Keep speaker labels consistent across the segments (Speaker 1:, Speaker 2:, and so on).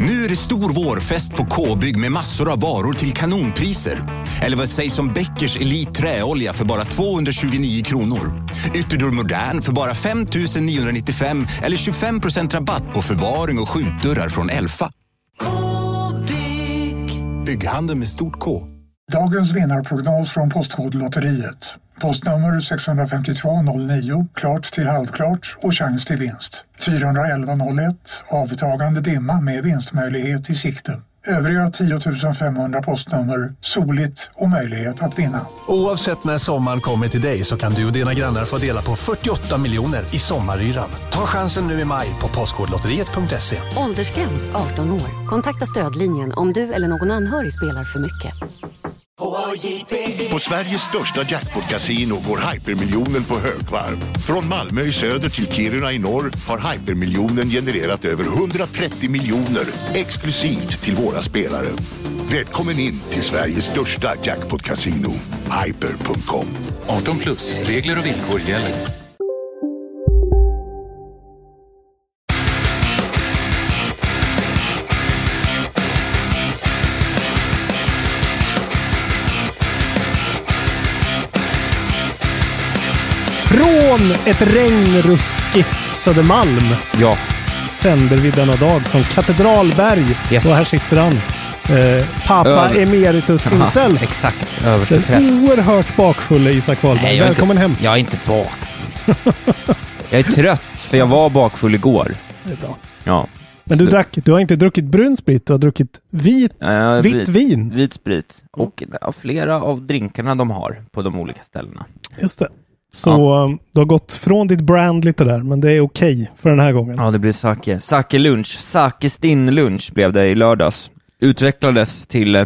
Speaker 1: Nu är det stor vårfest på K-bygg med massor av varor till kanonpriser. Eller vad sägs om Bäckers Elite träolja för bara 229 kronor. Ytterdörr Modern för bara 5 995 eller 25% rabatt på förvaring och skjutdörrar från Elfa. K-bygg. Bygghandel med stort K.
Speaker 2: Dagens vinnarprognos från Postkodlotteriet. Postnummer 65209, klart till halvklart och chans till vinst. 41101, avtagande dimma med vinstmöjlighet i sikte. Övriga 10 500 postnummer, soligt och möjlighet att vinna.
Speaker 3: Oavsett när sommaren kommer till dig så kan du och dina grannar få dela på 48 miljoner i sommaryran. Ta chansen nu i maj på postkodlotteriet.se.
Speaker 4: Åldersgräns 18 år. Kontakta stödlinjen om du eller någon anhörig spelar för mycket.
Speaker 5: På Sveriges största jackpot-casino går hypermiljonen på högvarv. Från Malmö i söder till Kiruna i norr har hypermiljonen genererat över 130 miljoner exklusivt till våra spelare. Välkommen in till Sveriges största jackpot-casino, hyper.com.
Speaker 6: 18+, regler och villkor gäller.
Speaker 7: Från ett regnruskigt Södermalm sänder vi denna dag från Katedralberg.
Speaker 8: Yes.
Speaker 7: Och här sitter han. Pappa emeritus himself.
Speaker 8: Exakt,
Speaker 7: den oerhört bakfulla Isak Wahlberg. Välkommen hem.
Speaker 8: Jag är inte bak. Jag är trött för jag var bakfull igår.
Speaker 7: Det är bra.
Speaker 8: Ja.
Speaker 7: Men du har inte druckit brun sprit, du har druckit vitt vin.
Speaker 8: Vit sprit. Och flera av drinkarna de har på de olika ställena.
Speaker 7: Just det. Så du har gått från ditt brand lite där, men det är okej för den här gången.
Speaker 8: Ja, det blir sake. Sake lunch. Sake stinn lunch blev det i lördags. Utvecklades till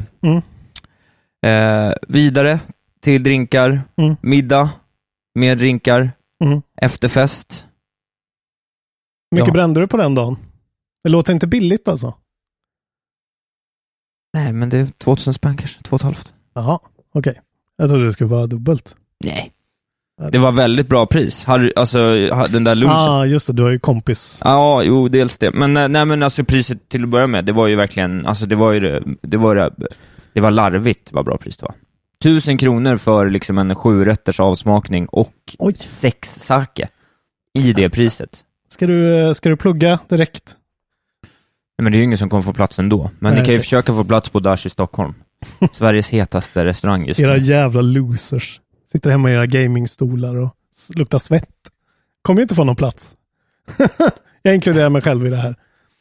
Speaker 8: vidare till drinkar, middag, mer drinkar, efterfest.
Speaker 7: Hur mycket brände du på den dagen? Det låter inte billigt alltså.
Speaker 8: Nej, men det är 2000 spänn kanske, 2,5.
Speaker 7: Jaha, okej. Jag trodde det skulle vara dubbelt.
Speaker 8: Nej. Det var väldigt bra pris. Alltså den där lunchen.
Speaker 7: Just det, du har ju kompis.
Speaker 8: Ja, jo, dels det. Men nej, men alltså priset till att börja med, det var ju verkligen, alltså det var larvigt vad bra pris det var. 1000 kronor för liksom en 7-rätters avsmakning och 6 sake i det priset.
Speaker 7: Ska du plugga direkt?
Speaker 8: Nej, men det är ju ingen som kommer få plats ändå. Men ni kan ju försöka få plats på Dash i Stockholm. Sveriges hetaste restaurang just nu.
Speaker 7: Era jävla losers. Sitter hemma i era gamingstolar och luktar svett. Kommer ju inte få någon plats. Jag inkluderar mig själv i det här.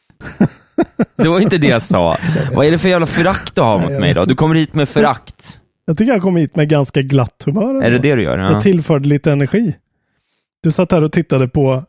Speaker 8: Det var inte det jag sa. Vad är det för jävla förakt du har mot mig då? Du kommer hit med förakt.
Speaker 7: Jag tycker jag kommer hit med ganska glatt humör.
Speaker 8: Är det det du gör? Ja.
Speaker 7: Jag tillförde lite energi. Du satt här och tittade på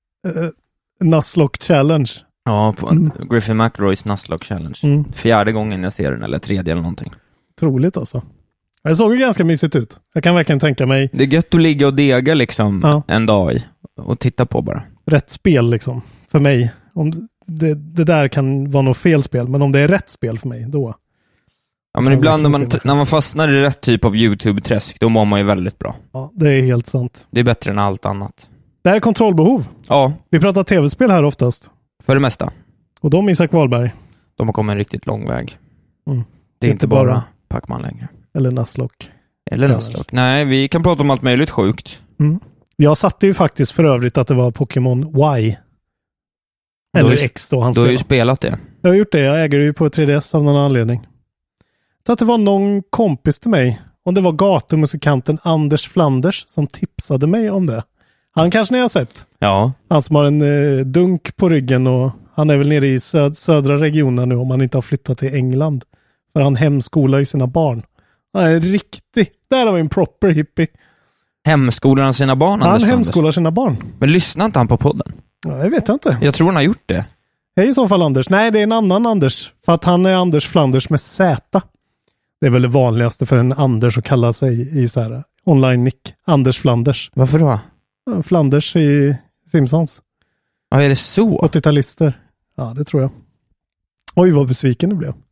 Speaker 7: Nuzlocke Challenge.
Speaker 8: Ja, på Griffin McElroys Nuzlocke Challenge. 4:e gången jag ser den, eller 3:e eller någonting.
Speaker 7: Troligt alltså. Det såg ju ganska mysigt ut. Jag kan verkligen tänka mig.
Speaker 8: Det är gött att ligga och dega liksom en dag i och titta på bara.
Speaker 7: Rätt spel liksom, för mig. Om det där kan vara något fel spel, men om det är rätt spel för mig, då.
Speaker 8: Ja, men ibland när man fastnar i rätt typ av YouTube-träsk, då mår man ju väldigt bra.
Speaker 7: Ja, det är helt sant.
Speaker 8: Det är bättre än allt annat.
Speaker 7: Det här är kontrollbehov.
Speaker 8: Ja.
Speaker 7: Vi pratar tv-spel här oftast.
Speaker 8: För det mesta.
Speaker 7: Och de, Isak Wahlberg.
Speaker 8: De har kommit en riktigt lång väg. Det är inte bara Pac-Man längre.
Speaker 7: Eller Nuzlocke.
Speaker 8: Nej, vi kan prata om allt möjligt sjukt.
Speaker 7: Jag satte ju faktiskt för övrigt att det var Pokémon Y. Eller X då.
Speaker 8: Du har ju spelat det.
Speaker 7: Jag har gjort det. Jag äger det ju på 3DS av någon anledning. Jag tror att det var någon kompis till mig. Om det var gatumusikanten Anders Flanders som tipsade mig om det. Han kanske ni har sett. Ja. Han som har en dunk på ryggen och han är väl nere i södra regionen nu om han inte har flyttat till England. För han hemskolar ju sina barn. Han är riktig. Där har vi en proper hippie.
Speaker 8: Hemskolar han sina barn?
Speaker 7: Han hemskolar sina barn.
Speaker 8: Men lyssnar inte han på podden?
Speaker 7: Ja, jag vet inte.
Speaker 8: Jag tror han har gjort det.
Speaker 7: Hej i så fall Anders. Nej, det är en annan Anders. För att han är Anders Flanders med Z. Det är väl det vanligaste för en Anders att kalla sig i så här online-nick. Anders Flanders.
Speaker 8: Varför då?
Speaker 7: Flanders i Simpsons.
Speaker 8: Ja, är det så?
Speaker 7: 80-talister. Ja, det tror jag. Oj, vad besviken du blev.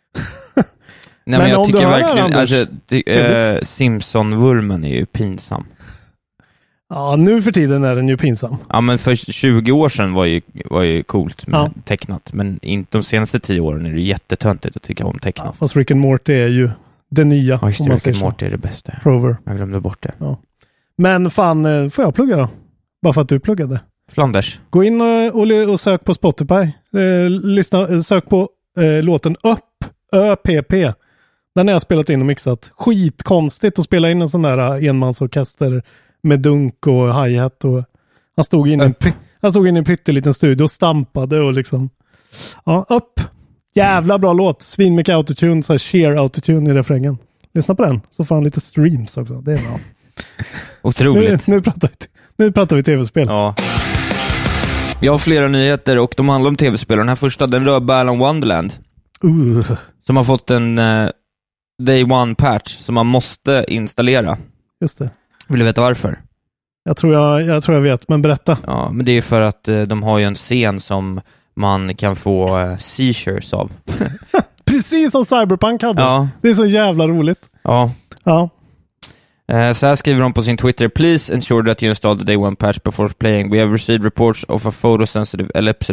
Speaker 8: Nej, men jag tycker verkligen Simpson-vurmen är ju pinsam.
Speaker 7: Ja, nu för tiden är den ju pinsam.
Speaker 8: Ja, men för 20 år sedan var ju coolt med tecknat. Men inte de senaste 10 åren är det jättetöntigt att tycka om tecknat.
Speaker 7: Ja, fast Rick and Morty är ju det nya.
Speaker 8: Ja, just det, Rick and Morty är det bästa.
Speaker 7: Prover.
Speaker 8: Jag glömde bort det.
Speaker 7: Ja. Men fan, får jag plugga då? Bara för att du pluggade.
Speaker 8: Flanders.
Speaker 7: Gå in och sök på Spotify. Sök på låten ÖPP. Den har jag spelat in och mixat. Skitkonstigt att spela in en sån där enmansorkester med dunk och hi-hat. Och han stod inne i en pytteliten studio och stampade och liksom... Ja, upp. Jävla bra låt. Svin mycket autotune, så här sheer autotune i refrängen. Lyssna på den, så får han lite streams också. Det är bra.
Speaker 8: Otroligt.
Speaker 7: Nu pratar vi tv-spel.
Speaker 8: Ja. Jag har flera nyheter och de handlar om tv-spel. Den här första, den rör Balan Wonderland. Som har fått en Day One patch som man måste installera.
Speaker 7: Just det.
Speaker 8: Vill du veta varför?
Speaker 7: Jag tror jag vet, men berätta.
Speaker 8: Ja, men det är för att de har ju en scen som man kan få seizures av.
Speaker 7: Precis som Cyberpunk hade.
Speaker 8: Ja.
Speaker 7: Det är så jävla roligt.
Speaker 8: Ja.
Speaker 7: Ja.
Speaker 8: Så här skriver de på sin Twitter: Please ensure that you install the Day One patch before playing. We have received reports of a photosensitive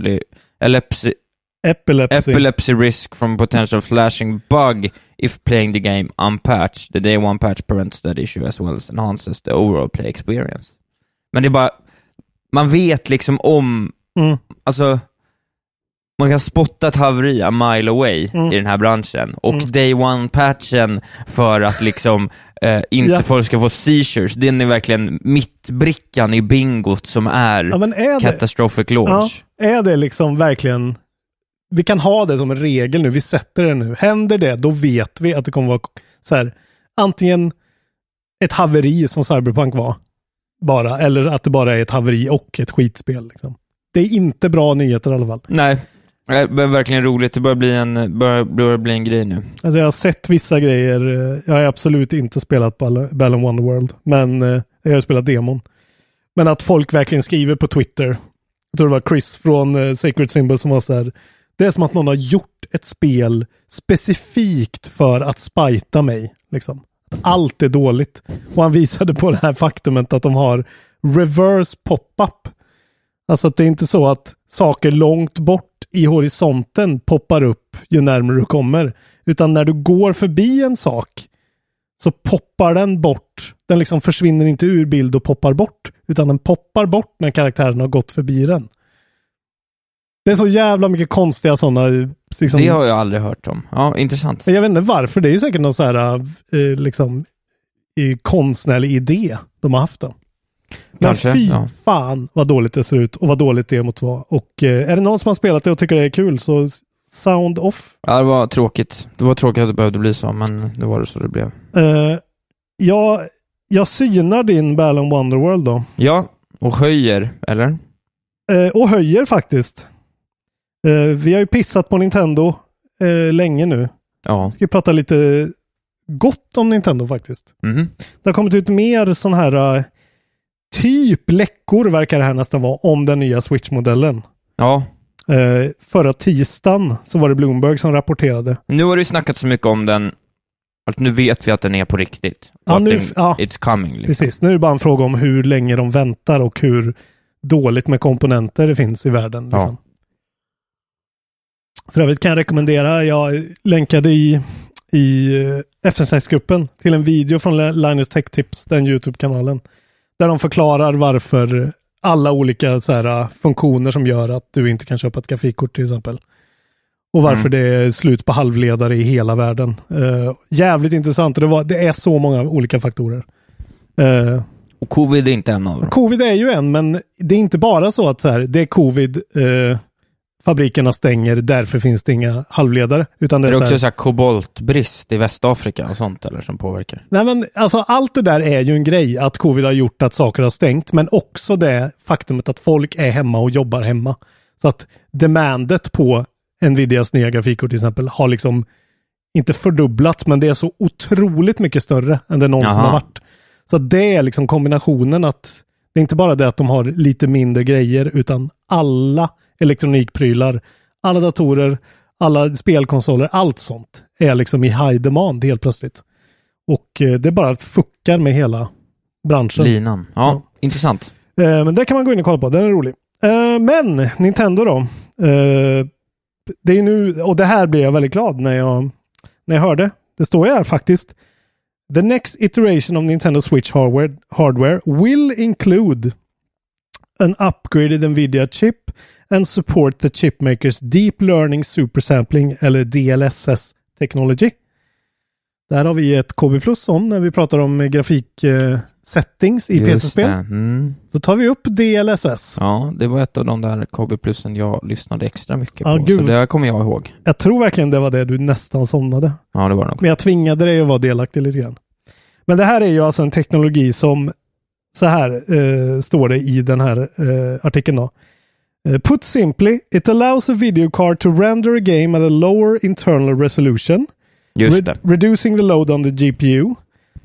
Speaker 8: epilepsy risk from potential flashing bug if playing the game unpatched. The Day One patch prevents that issue as well as enhances the overall play experience. Men det är bara, man vet liksom om alltså man kan spotta ett haveri a mile away i den här branschen. Och Day One-patchen för att liksom inte folk ska få seizures, den är verkligen mittbrickan i bingot som är catastrophic launch.
Speaker 7: Ja, är det liksom verkligen... Vi kan ha det som en regel nu, vi sätter det nu. Händer det, då vet vi att det kommer vara så här, antingen ett haveri som Cyberpunk var, bara, eller att det bara är ett haveri och ett skitspel. Liksom. Det är inte bra nyheter i alla fall.
Speaker 8: Nej. Det är verkligen roligt. Det börjar bli en grej nu.
Speaker 7: Alltså jag har sett vissa grejer. Jag har absolut inte spelat Balan Wonderworld, men jag har spelat demon. Men att folk verkligen skriver på Twitter. Jag tror det var Chris från Sacred Symbol som var så här: det är som att någon har gjort ett spel specifikt för att spajta mig. Liksom. Allt är dåligt. Och han visade på det här faktumet att de har reverse pop-up. Alltså att det är inte så att saker långt bort i horisonten poppar upp ju närmare du kommer. Utan när du går förbi en sak så poppar den bort. Den liksom försvinner inte ur bild och poppar bort. Utan den poppar bort när karaktären har gått förbi den. Det är så jävla mycket konstiga sådana... Liksom,
Speaker 8: det har jag aldrig hört om. Ja, intressant.
Speaker 7: Jag vet inte varför. Det är ju säkert någon så här liksom konstnärlig idé de har haft då. Men kanske, fy fan vad dåligt det ser ut och vad dåligt det mot var. Och är det någon som har spelat det och tycker det är kul så sound off.
Speaker 8: Ja, det var tråkigt. Det var tråkigt att det behövde bli så, men det var det så det blev.
Speaker 7: Jag synar din Balan Wonderworld då.
Speaker 8: Ja, och höjer, eller?
Speaker 7: Och höjer faktiskt. Vi har ju pissat på Nintendo länge nu.
Speaker 8: Ja.
Speaker 7: Ska vi prata lite gott om Nintendo faktiskt. Det har kommit ut mer sån här typ läckor verkar det här nästan vara om den nya Switch-modellen.
Speaker 8: Ja.
Speaker 7: Förra tisdagen så var det Bloomberg som rapporterade.
Speaker 8: Nu har det snackat så mycket om den att nu vet vi att den är på riktigt.
Speaker 7: Ja,
Speaker 8: it's coming. Liksom.
Speaker 7: Precis, nu är det bara en fråga om hur länge de väntar och hur dåligt med komponenter det finns i världen. Liksom.
Speaker 8: Ja.
Speaker 7: För övrigt kan jag rekommendera, jag länkade i FSX-gruppen till en video från Linus Tech Tips, den YouTube-kanalen. Där de förklarar varför alla olika så här, funktioner som gör att du inte kan köpa ett grafikkort till exempel. Och varför det är slut på halvledare i hela världen. Jävligt intressant. Det är så många olika faktorer.
Speaker 8: Och covid är inte en av dem.
Speaker 7: Covid är ju en, men det är inte bara så att så här, det är covid... fabrikerna stänger, därför finns det inga halvledare. Utan det är
Speaker 8: också så här koboltbrist i Västafrika och sånt eller som påverkar?
Speaker 7: Nej men alltså allt det där är ju en grej att covid har gjort att saker har stängt, men också det faktumet att folk är hemma och jobbar hemma. Så att demandet på Nvidias nya grafikkort till exempel har liksom inte fördubblats, men det är så otroligt mycket större än det någonsin har varit. Så det är liksom kombinationen att det är inte bara det att de har lite mindre grejer, utan alla elektronikprylar, alla datorer, alla spelkonsoler, allt sånt är liksom i high demand helt plötsligt. Och det bara fuckar med hela branschen.
Speaker 8: Linan. Ja, intressant.
Speaker 7: Men det kan man gå in och kolla på, den är rolig. Men Nintendo då. Det är nu, och det här blev jag väldigt glad när jag hörde. Det står ju här faktiskt. The next iteration of Nintendo Switch hardware will include an upgraded NVIDIA chip and support the chipmakers Deep Learning Supersampling eller DLSS technology. Där har vi ett KB+ om när vi pratar om grafik-settings i PC-spel. Så tar vi upp DLSS.
Speaker 8: Ja, det var ett av de där KB+en jag lyssnade extra mycket på. Gud. Så det kommer jag ihåg.
Speaker 7: Jag tror verkligen det var det du nästan somnade.
Speaker 8: Ja, det var det nog.
Speaker 7: Men jag tvingade dig att vara delaktig lite grann. Men det här är ju alltså en teknologi som så här står det i den här artikeln då. Put simply, it allows a video card to render a game at a lower internal resolution. Reducing the load on the GPU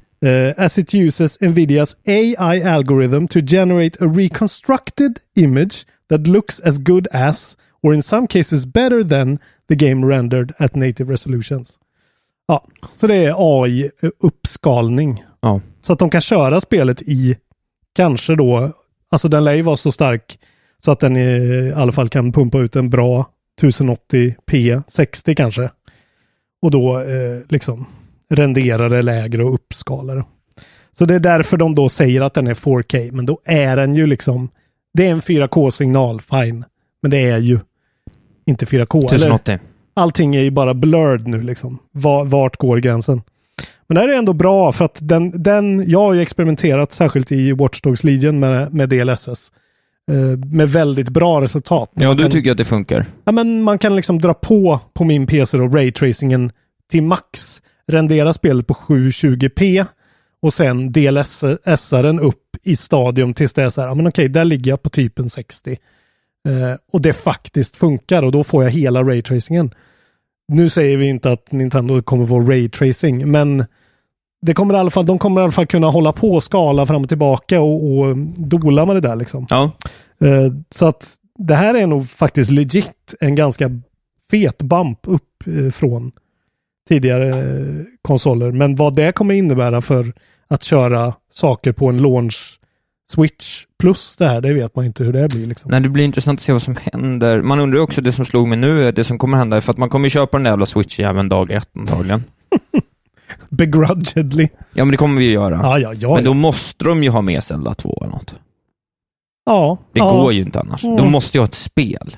Speaker 7: as it uses NVIDIA's AI algorithm to generate a reconstructed image that looks as good as, or in some cases better than, the game rendered at native resolutions. Ja, så det är AI-uppskalning.
Speaker 8: Ja.
Speaker 7: Så att de kan köra spelet i kanske då, alltså den lär ju vara så stark så att den i alla fall kan pumpa ut en bra 1080p 60 kanske. Och då liksom rendera det lägre och uppskala det. Så det är därför de då säger att den är 4K. Men då är den ju liksom, det är en 4K-signal, fine. Men det är ju inte 4K.
Speaker 8: 1080.
Speaker 7: Eller, allting är ju bara blurred nu liksom. Vart går gränsen? Men det här är ändå bra för att jag har ju experimenterat särskilt i Watch Dogs Legion med DLSS. Med väldigt bra resultat.
Speaker 8: Ja, du tycker att det funkar? Ja, men
Speaker 7: man kan liksom dra på min PC och raytracingen till max. Rendera spelet på 720p och sen DLSS-a den upp i stadium tills det är så här, men okej, där ligger jag på typen 60. Och det faktiskt funkar och då får jag hela raytracingen. Nu säger vi inte att Nintendo kommer få raytracing, men de kommer i alla fall kunna hålla på och skala fram och tillbaka och dola med det där liksom.
Speaker 8: Ja.
Speaker 7: Så att det här är nog faktiskt legit en ganska fet bump upp från tidigare konsoler. Men vad det kommer innebära för att köra saker på en launch Switch plus det vet man inte hur det blir liksom.
Speaker 8: Nej, det blir intressant att se vad som händer. Man undrar också det som slog mig nu, det som kommer hända, för att man kommer köpa den där jävla Switch även dag 1 antagligen.
Speaker 7: Begrudgedly.
Speaker 8: Ja, men det kommer vi ju göra.
Speaker 7: Ja,
Speaker 8: men då måste de ju ha med Zelda 2 eller något.
Speaker 7: Ja.
Speaker 8: Det går ju inte annars. De måste ju ha ett spel.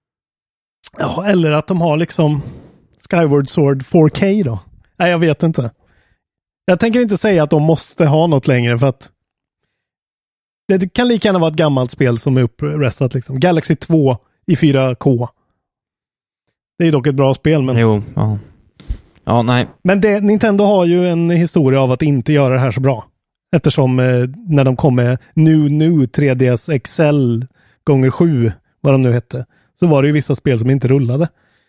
Speaker 7: Ja, eller att de har liksom Skyward Sword 4K då. Nej, jag vet inte. Jag tänker inte säga att de måste ha något längre för att det kan lika gärna vara ett gammalt spel som är uppressat liksom. Galaxy 2 i 4K. Det är dock ett bra spel, men...
Speaker 8: Jo, ja. Ja, nej.
Speaker 7: Men Nintendo har ju en historia av att inte göra det här så bra. Eftersom när de kom med nu 3DS XL gånger 7, vad de nu hette, så var det ju vissa spel som inte rullade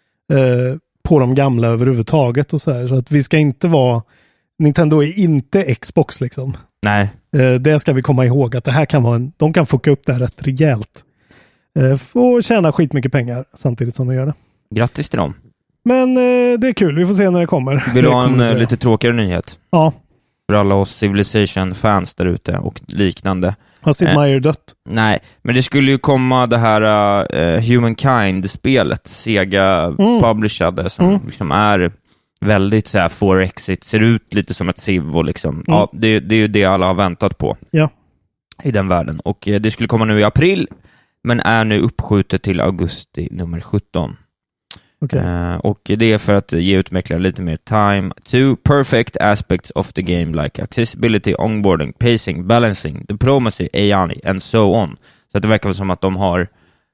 Speaker 7: på de gamla överhuvudtaget och så här. Så att vi ska inte vara... Nintendo är inte Xbox liksom.
Speaker 8: Nej.
Speaker 7: Det ska vi komma ihåg att det här kan vara de kan fucka upp det här rätt rejält. Och tjäna skitmycket pengar samtidigt som de gör det.
Speaker 8: Grattis till dem.
Speaker 7: Men det är kul, vi får se när det kommer.
Speaker 8: Vill du ha en lite tråkigare nyhet?
Speaker 7: Ja.
Speaker 8: För alla oss Civilization-fans där ute och liknande.
Speaker 7: Har Sid Meier dött?
Speaker 8: Nej, men det skulle ju komma det här Humankind-spelet, Sega publicerade, som liksom är väldigt så här for exit, ser ut lite som ett Civ och liksom, ja, det är ju det alla har väntat på.
Speaker 7: Ja.
Speaker 8: I den världen. Och det skulle komma nu i april, men är nu uppskjutet till augusti nummer 17.
Speaker 7: Okay.
Speaker 8: Och det är för att ge utvecklare lite mer time to perfect aspects of the game like accessibility, onboarding, pacing, balancing, diplomacy, AI and so on. Så att det verkar väl som att de har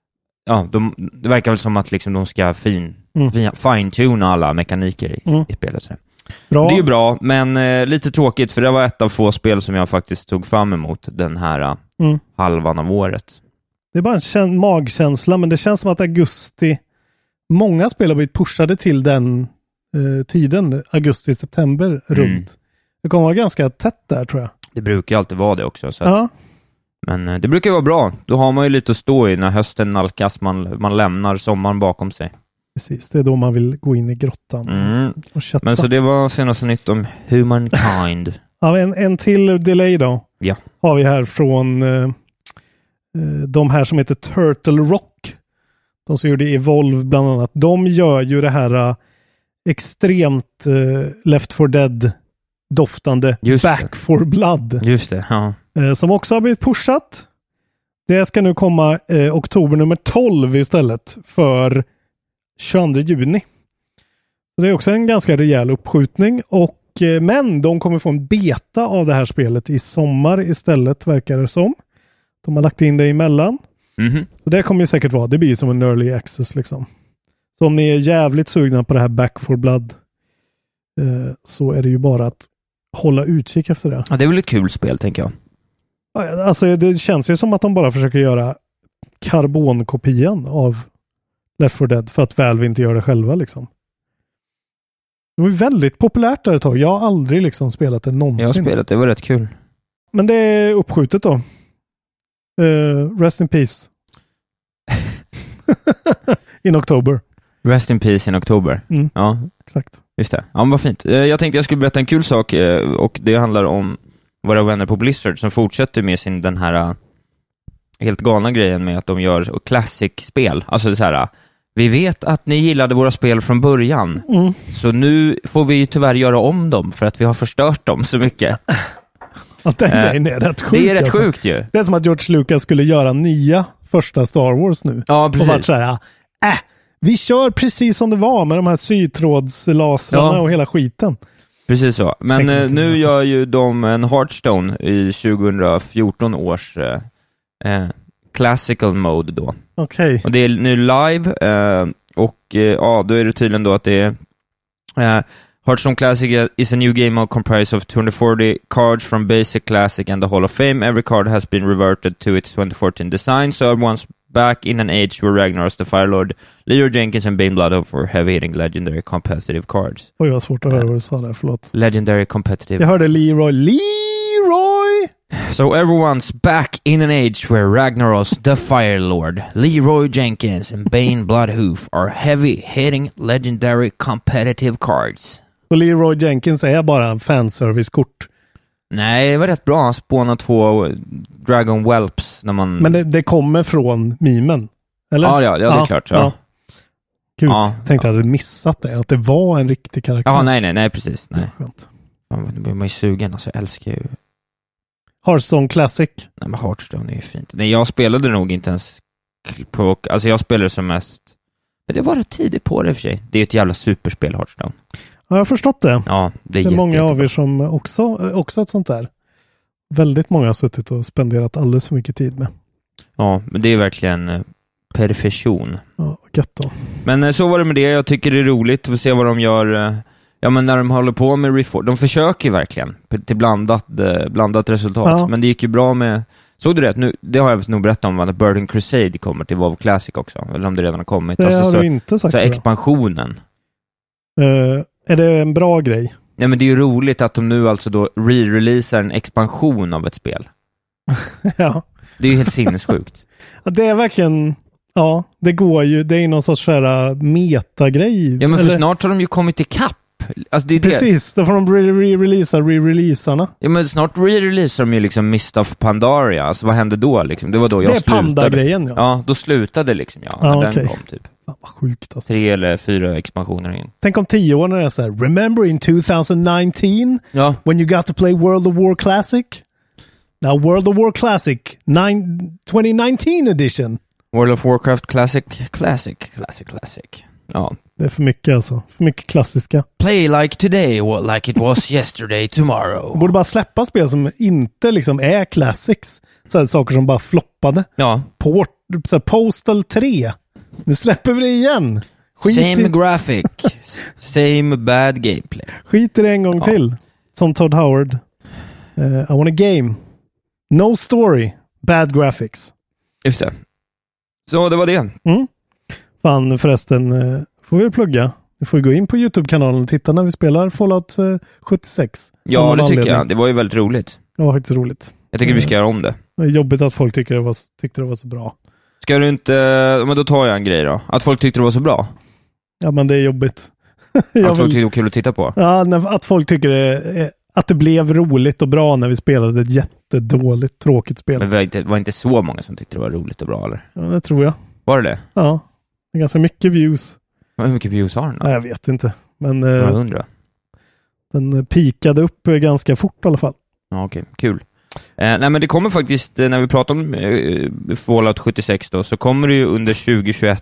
Speaker 8: det verkar väl som att liksom de ska fine-tuna alla mekaniker i spelet. Så. Det är ju bra, men lite tråkigt för det var ett av få spel som jag faktiskt tog fram emot den här halvan av året.
Speaker 7: Det är bara en magkänsla, men det känns som att augusti, många spel har blivit pushade till den tiden, augusti-september runt. Det kommer vara ganska tätt där, tror jag.
Speaker 8: Det brukar ju alltid vara det också. Så att, men det brukar vara bra. Då har man ju lite att stå i när hösten nalkas, man lämnar sommaren bakom sig.
Speaker 7: Precis, det är då man vill gå in i grottan och chatta.
Speaker 8: Men så det var senaste nytt om Humankind.
Speaker 7: Ja, en till delay då.
Speaker 8: Ja.
Speaker 7: Har vi här från de här som heter Turtle Rock. De som gjorde Evolve bland annat. De gör ju det här extremt Left 4 Dead doftande Back 4 Blood.
Speaker 8: Just det, ja.
Speaker 7: Som också har blivit pushat. Det ska nu komma oktober nummer 12 istället för 22 juni. Så det är också en ganska rejäl uppskjutning. Men de kommer få en beta av det här spelet i sommar istället, verkar det som. De har lagt in det emellan.
Speaker 8: Mm-hmm.
Speaker 7: Så det kommer ju säkert vara. Det blir som en early access liksom. Så om ni är jävligt sugna på det här Back 4 Blood så är det ju bara att hålla utkik efter det.
Speaker 8: Ja, det är väl ett kul spel, tänker jag.
Speaker 7: Alltså det känns ju som att de bara försöker göra karbonkopian av Left 4 Dead för att Valve inte gör det själva liksom. Det var väldigt populärt där ett tag. Jag har aldrig liksom spelat det någonsin.
Speaker 8: Jag har spelat, det var rätt kul.
Speaker 7: Men det är uppskjutet då. Rest in peace. In October.
Speaker 8: Rest in peace in October.
Speaker 7: Mm.
Speaker 8: Ja,
Speaker 7: exakt.
Speaker 8: Just det. Ja, men vad fint. Jag tänkte jag skulle berätta en kul sak och det handlar om våra vänner på Blizzard som fortsätter med sin den här helt galna grejen med att de gör classic-spel. Alltså det så här, vi vet att ni gillade våra spel från början. Så nu får vi ju tyvärr göra om dem för att vi har förstört dem så mycket.
Speaker 7: Att den grejen är rätt sjukt.
Speaker 8: Det är rätt sjukt ju.
Speaker 7: Det är som att George Lucas skulle göra nya första Star Wars nu.
Speaker 8: Ja, precis.
Speaker 7: Och varit så här, vi kör precis som det var med de här sytrådslasrarna och hela skiten.
Speaker 8: Precis så. Men nu gör ju de en Hearthstone i 2014 års classical mode då.
Speaker 7: Okej.
Speaker 8: Och det är nu live och då är det tydligen då att det är Hearthstone Classic is a new game mode comprised of 240 cards from Basic, Classic and the Hall of Fame. Every card has been reverted to its 2014 design, so everyone's back in an age where Ragnaros the Firelord, Leroy Jenkins and Bane Bloodhound were heavy-hitting legendary competitive cards.
Speaker 7: Oj, vad svårt att höra vad du sa där, förlåt.
Speaker 8: Legendary competitive.
Speaker 7: Jag hörde Leroy!
Speaker 8: So everyone's back in an age where Ragnaros the Firelord, Leroy Jenkins and Bane Bloodhoof are heavy-hitting legendary competitive cards.
Speaker 7: Och Leroy Jenkins är bara en fanservice-kort.
Speaker 8: Nej, det var rätt bra. Han spånar 2 Dragon Whelps när man...
Speaker 7: Men det kommer från mimen, eller?
Speaker 8: Ja, det är klart. Ja.
Speaker 7: Gud, tänkte jag hade missat det. Att det var en riktig karaktär.
Speaker 8: Ja, nej, precis. Nej.
Speaker 7: Skönt.
Speaker 8: Då blir man ju sugen. Alltså, jag älskar ju...
Speaker 7: Hearthstone Classic.
Speaker 8: Nej, men Hearthstone är ju fint. Nej, jag spelade nog inte ens på... Alltså, jag spelade som mest... Men det var rätt tidigt på det i och för sig. Det är ju ett jävla superspel, Hearthstone.
Speaker 7: Ja, jag har förstått det.
Speaker 8: Ja, det är
Speaker 7: många av er som också ett sånt där. Väldigt många har suttit och spenderat alldeles för mycket tid med.
Speaker 8: Ja, men det är verkligen perfektion.
Speaker 7: Ja, gött då.
Speaker 8: Men så var det med det. Jag tycker det är roligt att se vad de gör. Ja, men när de håller på med Reforged. De försöker verkligen till blandat resultat. Ja. Men det gick ju bra med... Såg du rätt? Nu, det har jag nog berättat om att Burning Crusade kommer till WoW Classic också. Eller om det redan har kommit.
Speaker 7: Det har du inte sagt.
Speaker 8: Så expansionen.
Speaker 7: Är det en bra grej?
Speaker 8: Ja, men det är ju roligt att de nu alltså då re-releasar en expansion av ett spel.
Speaker 7: Ja.
Speaker 8: Det är ju helt sinnessjukt.
Speaker 7: Ja, det är verkligen... Ja, det går ju... Det är någon sorts metagrej.
Speaker 8: Ja, men för snart har de ju kommit ikapp. Alltså, det är
Speaker 7: precis, då får de re-releasarna.
Speaker 8: Ja, men snart re-releasar de ju liksom Mist of Pandaria. Alltså vad hände då liksom? Det var då jag slutade.
Speaker 7: Det är Panda-grejen, ja.
Speaker 8: Ja, då slutade liksom när den kom typ.
Speaker 7: Fan, vad sjukt alltså.
Speaker 8: 3 eller 4 expansioner in.
Speaker 7: Tänk om 10 år när det är så här: Remember in 2019?
Speaker 8: Ja.
Speaker 7: When you got to play World of War Classic? Now World of War Classic 2019 edition.
Speaker 8: World of Warcraft Classic. Ja.
Speaker 7: Det är för mycket alltså. För mycket klassiska.
Speaker 8: Play like today, like it was yesterday, tomorrow.
Speaker 7: Borde bara släppa spel som inte liksom är classics. Så här, saker som bara floppade.
Speaker 8: Ja.
Speaker 7: Postal 3. Nu släpper vi det igen.
Speaker 8: Same graphic. Same bad gameplay.
Speaker 7: Skit i det en gång till. Som Todd Howard. I want a game. No story. Bad graphics.
Speaker 8: Just det. Så det var det.
Speaker 7: Mm. Fan, förresten får vi plugga. Vi får gå in på YouTube-kanalen och titta när vi spelar Fallout 76.
Speaker 8: Ja, det tycker jag. Det var ju väldigt roligt.
Speaker 7: Det var faktiskt roligt.
Speaker 8: Jag tycker vi ska göra om det.
Speaker 7: Det är jobbigt att folk tyckte det var så bra.
Speaker 8: Ska du inte... Men då tar jag en grej då. Att folk tyckte det var så bra.
Speaker 7: Ja, men det är jobbigt.
Speaker 8: Att folk tyckte det var kul att titta på.
Speaker 7: Ja, att folk tycker att det blev roligt och bra när vi spelade ett jättedåligt, tråkigt spel.
Speaker 8: Men det var inte så många som tyckte det var roligt och bra, eller?
Speaker 7: Ja, det tror jag.
Speaker 8: Var det?
Speaker 7: Ja, det är ganska mycket views.
Speaker 8: Hur mycket views har den då?
Speaker 7: Nej, jag vet inte. Men
Speaker 8: några 100.
Speaker 7: Den pikade upp ganska fort i alla fall.
Speaker 8: Ja, okej. Kul. Nej, men det kommer faktiskt, när vi pratar om Fallout 76 då, så kommer det ju under 2021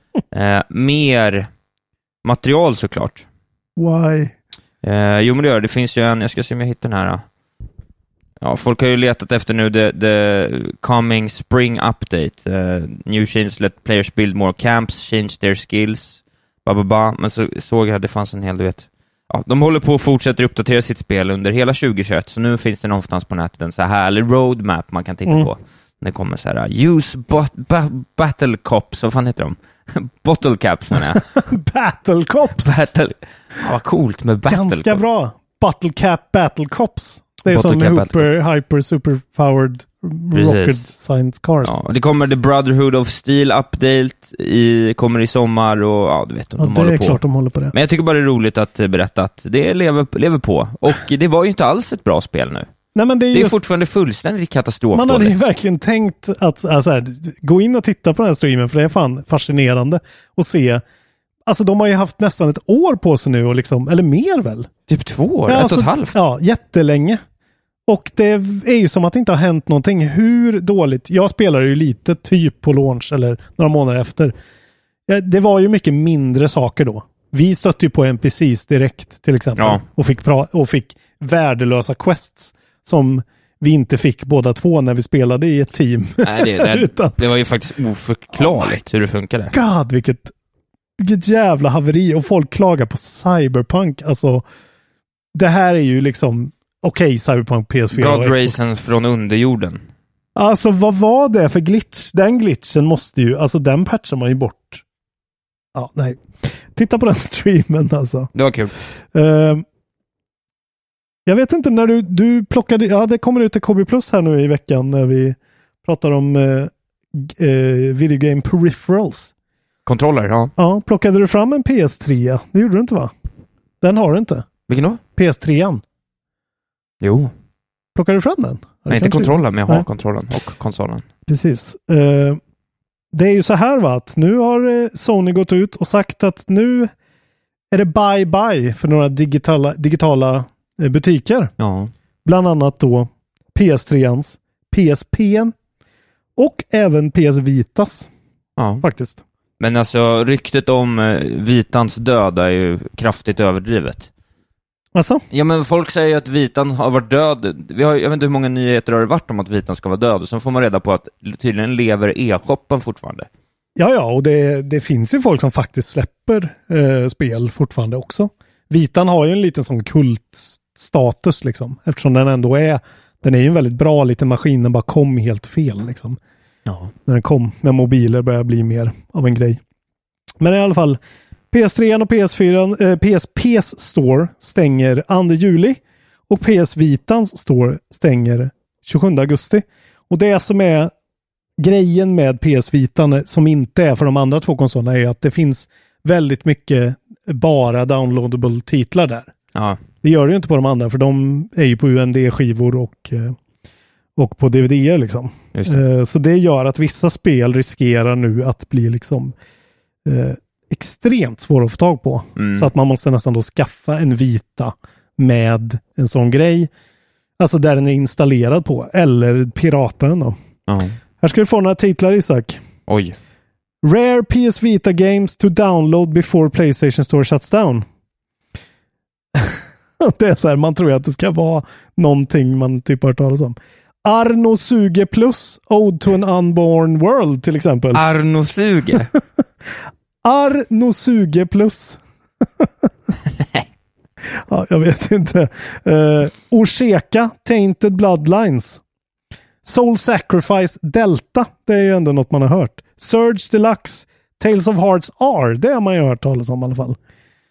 Speaker 8: mer material såklart.
Speaker 7: Why?
Speaker 8: Jo, men det gör det. finns ju en, jag ska se om jag hittar den här. Ja, folk har ju letat efter nu the coming spring update. New changes let players build more camps, change their skills. Men så såg jag att det fanns en hel, du vet. Ja, de håller på och fortsätter uppdatera sitt spel under hela 2021, så nu finns det någonstans på nätet en så här härlig roadmap man kan titta på. Det kommer så här, use battle cops, vad fan heter de? Bottle caps, menar jag.
Speaker 7: Battle cops?
Speaker 8: Vad coolt med battle
Speaker 7: ganska
Speaker 8: cops.
Speaker 7: Bra. Bottle cap battle cops. Det är
Speaker 8: Bottle
Speaker 7: som
Speaker 8: cap,
Speaker 7: hyper superpowered rocket science cars.
Speaker 8: Ja, det kommer The Brotherhood of Steel update kommer i sommar och ja, du vet, de
Speaker 7: det
Speaker 8: håller
Speaker 7: är
Speaker 8: på.
Speaker 7: Klart de håller på det.
Speaker 8: Men jag tycker bara det är roligt att berätta att det lever på. Och det var ju inte alls ett bra spel nu.
Speaker 7: Nej, men det är
Speaker 8: fortfarande fullständigt katastrof.
Speaker 7: Man hade ju verkligen tänkt att gå in och titta på den här streamen, för det är fan fascinerande att se. Alltså de har ju haft nästan ett år på sig nu och liksom, eller mer väl?
Speaker 8: Typ 2 år,
Speaker 7: ja,
Speaker 8: 1,5.
Speaker 7: Ja, jättelänge. Och det är ju som att det inte har hänt någonting. Hur dåligt? Jag spelar ju lite typ på launch eller några månader efter. Ja, det var ju mycket mindre saker då. Vi stötte ju på NPCs direkt till exempel. Ja. Och fick värdelösa quests som vi inte fick båda två när vi spelade i ett team.
Speaker 8: Nej, det var ju faktiskt oförklarligt hur det funkade.
Speaker 7: God, vilket jävla haveri. Och folk klagar på Cyberpunk. Alltså, det här är ju liksom Cyberpunk PS4.
Speaker 8: God Racing från underjorden.
Speaker 7: Alltså, vad var det för glitch? Den glitchen måste ju, alltså den patchar man ju bort. Ja, nej. Titta på den streamen alltså.
Speaker 8: Det var kul.
Speaker 7: Jag vet inte när du plockade, det kommer ut till KB Plus här nu i veckan när vi pratar om video game peripherals.
Speaker 8: Kontroller, ja.
Speaker 7: Ja, plockade du fram en PS3? Det gjorde du inte, va? Den har du inte.
Speaker 8: Vilken då?
Speaker 7: PS3an.
Speaker 8: Jo.
Speaker 7: Plockade du fram den?
Speaker 8: Nej, inte kontrollen, men jag har kontrollen och konsolen.
Speaker 7: Precis. Det är ju så här, va, att nu har Sony gått ut och sagt att nu är det bye-bye för några digitala butiker.
Speaker 8: Ja.
Speaker 7: Bland annat då PS3ans, PSP:n och även PS Vitas.
Speaker 8: Ja.
Speaker 7: Faktiskt.
Speaker 8: Men alltså, ryktet om Vitans död är ju kraftigt överdrivet.
Speaker 7: Alltså?
Speaker 8: Ja, men folk säger ju att Vitan har varit död. Jag vet inte hur många nyheter har det varit om att Vitan ska vara död. Och så får man reda på att tydligen lever e-shoppen fortfarande.
Speaker 7: Ja, och det finns ju folk som faktiskt släpper spel fortfarande också. Vitan har ju en liten sån kultstatus liksom. Eftersom den ändå den är ju en väldigt bra liten maskin. Den bara kom helt fel liksom.
Speaker 8: Ja.
Speaker 7: När mobiler börjar bli mer av en grej. Men i alla fall, PS3 och PS4, PSP's store stänger 2 juli och PS Vitans store stänger 27 augusti. Och det som är grejen med PS Vitan som inte är för de andra två konsolerna är att det finns väldigt mycket bara downloadable titlar där.
Speaker 8: Ja.
Speaker 7: Det gör det ju inte på de andra, för de är ju på UND-skivor och på DVD-er liksom.
Speaker 8: Just det.
Speaker 7: Så det gör att vissa spel riskerar nu att bli liksom extremt svåra att få tag på. Så att man måste nästan då skaffa en Vita med en sån grej. Alltså där den är installerad på. Eller pirataren då. Här ska du få några titlar, Isak.
Speaker 8: Oj.
Speaker 7: Rare PS Vita games to download before PlayStation Store shuts down. Det är så här, man tror att det ska vara någonting man typ har hört talas om. Arno Suge Plus, Ode to an Unborn World till exempel.
Speaker 8: Arno Suge?
Speaker 7: Arno Suge Plus. Ja, jag vet inte. Osheka, Tainted Bloodlines. Soul Sacrifice Delta, det är ju ändå något man har hört. Surge Deluxe, Tales of Hearts R, det har man ju hört talas om i alla fall.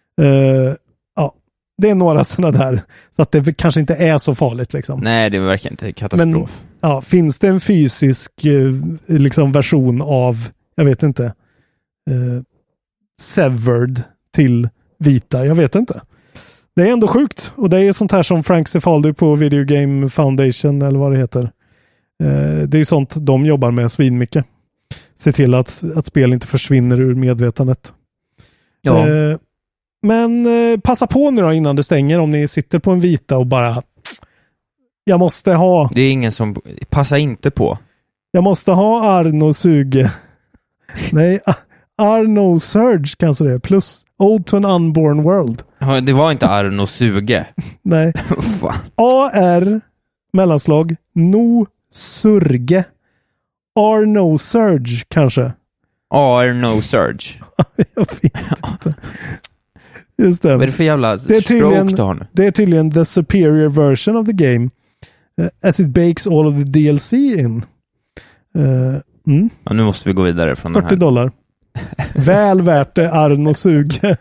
Speaker 7: Det är några sådana där. Så att det kanske inte är så farligt liksom.
Speaker 8: Nej, det är verkligen inte katastrof.
Speaker 7: Men finns det en fysisk liksom version av, jag vet inte, Severed till Vita? Jag vet inte. Det är ändå sjukt. Och det är sånt här som Frank Cifaldi på Video Game Foundation eller vad det heter. Det är sånt de jobbar med svinmycket. Se till att spel inte försvinner ur medvetandet.
Speaker 8: Ja.
Speaker 7: Men passa på nu då innan det stänger om ni sitter på en vita och bara jag måste ha...
Speaker 8: Det är ingen som... Passa inte på.
Speaker 7: Jag måste ha Arno Suge. Nej, Arno Surge kanske det är. Plus Ode to an Unborn World.
Speaker 8: Ja, det var inte Arno Suge.
Speaker 7: Nej. AR mellanslag No Surge. Arno Surge kanske.
Speaker 8: Arno Surge.
Speaker 7: Jag vet inte. Just det.
Speaker 8: Vad är det för jävla stroke du har nu?
Speaker 7: Det är tydligen the superior version of the game as it bakes all of the DLC in.
Speaker 8: Ja, nu måste vi gå vidare från den här.
Speaker 7: $40. Väl värt det, Arno Suge.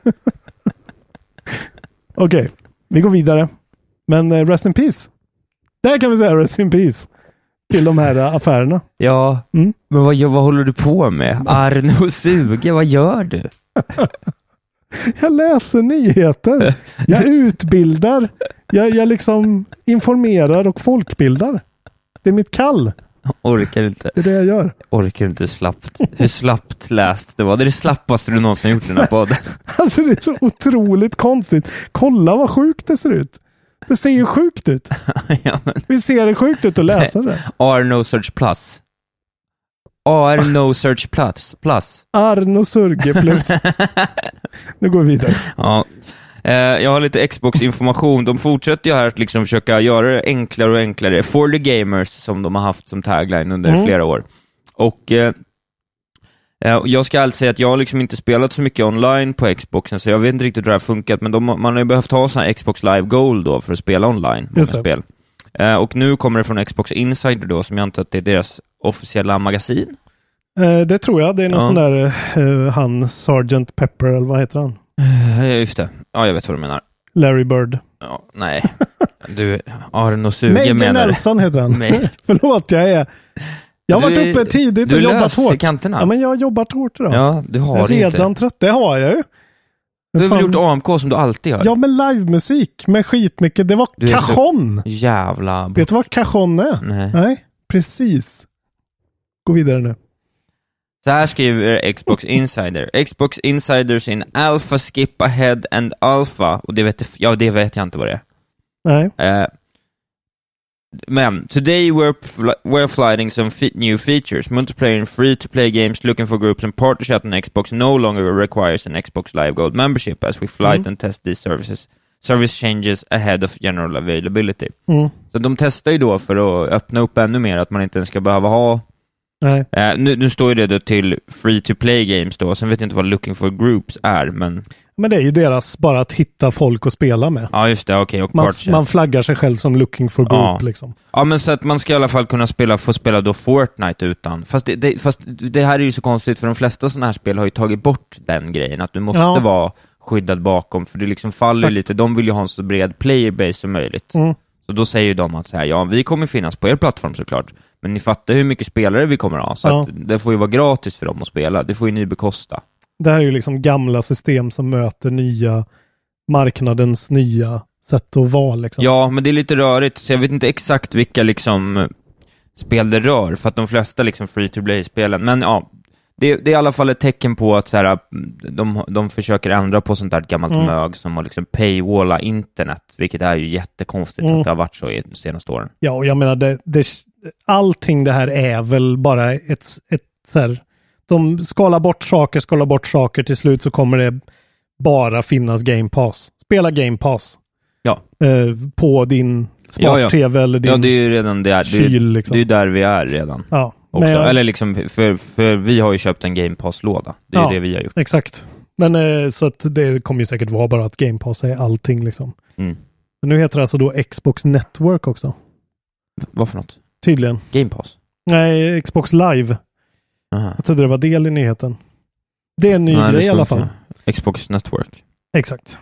Speaker 7: Okej, vi går vidare. Men rest in peace. Där kan vi säga rest in peace. Till de här affärerna.
Speaker 8: Ja, men vad håller du på med? Arno Suge, vad gör du?
Speaker 7: Jag läser nyheter. Jag utbildar. Jag liksom informerar och folkbildar. Det är mitt kall.
Speaker 8: Orkar inte.
Speaker 7: Det är det jag gör.
Speaker 8: Orkar inte hur slappt läst det var. Det är det slappaste du någonsin gjort i den här podden.
Speaker 7: Alltså det är så otroligt konstigt. Kolla vad sjukt det ser ut. Det ser ju sjukt ut.
Speaker 8: Ja, men...
Speaker 7: Vi ser det sjukt ut att läsa det.
Speaker 8: Arno Search Plus. Arno Search Plus.
Speaker 7: Arno Surge Plus. Nu går vi vidare.
Speaker 8: Ja. Jag har lite Xbox-information. De fortsätter ju här att liksom försöka göra det enklare och enklare for the gamers som de har haft som tagline under flera år. Och jag ska alltså säga att jag har liksom inte spelat så mycket online på Xboxen, så jag vet inte riktigt hur det har funkat, men man har ju behövt ha sån här Xbox Live Gold då för att spela online. Spel. Och nu kommer det från Xbox Insider då, som jag antar att det är deras officiella magasin.
Speaker 7: Det tror jag. Det är någon sån där han Sgt. Pepper, eller vad heter han?
Speaker 8: Just det. Ja, jag vet vad du menar.
Speaker 7: Larry Bird.
Speaker 8: Ja, nej. Du, Arno Suge
Speaker 7: Major
Speaker 8: menar
Speaker 7: Nelson heter han. Förlåt, jag har varit uppe tidigt och jobbat hårt.
Speaker 8: Kanterna.
Speaker 7: Ja, men jag har jobbat hårt idag.
Speaker 8: Ja, du har
Speaker 7: jag är redan
Speaker 8: inte.
Speaker 7: Trött. Det har jag ju.
Speaker 8: Du har väl gjort AMK som du alltid gör?
Speaker 7: Ja, med livemusik. Med skitmycket. Det var cajon.
Speaker 8: Jävla...
Speaker 7: Vet du vad cajon är? Nej, precis. Gå vidare nu.
Speaker 8: Så här skriver Xbox Insider. Xbox Insiders in Alpha, Skip Ahead and Alpha. Och det vet jag inte vad det är.
Speaker 7: Nej.
Speaker 8: Men today we're flying some new features. Multiplayer and free-to-play games looking for groups and partnership on Xbox no longer requires an Xbox Live Gold membership as we flight and test these service changes ahead of general availability. Så de testar ju då för att öppna upp ännu mer, att man inte ens ska behöva ha...
Speaker 7: Nej.
Speaker 8: Nu står ju det då till free-to-play games då. Sen vet jag inte vad looking for groups är, men
Speaker 7: det är ju deras bara att hitta folk att spela med.
Speaker 8: Ja, just det. Okej. Och
Speaker 7: man flaggar sig själv som looking for group liksom.
Speaker 8: Ja, men så att man ska i alla fall kunna få spela då Fortnite utan. Fast det här är ju så konstigt, för de flesta sådana här spel har ju tagit bort den grejen. Att du måste vara skyddad bakom, för det liksom faller lite. De vill ju ha en så bred playerbase som möjligt. Så då säger ju de att så här, ja, vi kommer finnas på er plattform såklart. Men ni fattar hur mycket spelare vi kommer att ha. Så att det får ju vara gratis för dem att spela. Det får ju ni bekosta.
Speaker 7: Det här är ju liksom gamla system som möter marknadens nya sätt att vara. Liksom.
Speaker 8: Ja, men det är lite rörigt. Så jag vet inte exakt vilka liksom spel det rör. För att de flesta liksom free-to-play-spelen. Men ja, det är i alla fall ett tecken på att så här, de försöker ändra på sånt där gammalt mög som har liksom paywalla internet. Vilket är ju jättekonstigt att det har varit så i de senaste åren. Ja,
Speaker 7: och jag menar, allting det här är väl bara ett så här, de skalar bort saker, till slut så kommer det bara finnas Game Pass. Spela Game Pass.
Speaker 8: Ja.
Speaker 7: På din smart-tv eller din
Speaker 8: det är ju redan
Speaker 7: kyl. Liksom.
Speaker 8: Det är ju där vi är redan.
Speaker 7: Ja.
Speaker 8: Också. Eller liksom, för vi har ju köpt en Game Pass-låda. Det är det vi har gjort.
Speaker 7: Exakt. Men så att det kommer ju säkert vara bara att Game Pass är allting liksom. Men nu heter det alltså då Xbox Network också.
Speaker 8: Vad för något?
Speaker 7: Tydligen.
Speaker 8: Game Pass?
Speaker 7: Nej, Xbox Live.
Speaker 8: Aha.
Speaker 7: Jag trodde det var del i nyheten. Det är en ny grej i alla fall.
Speaker 8: Xbox Network.
Speaker 7: Exakt.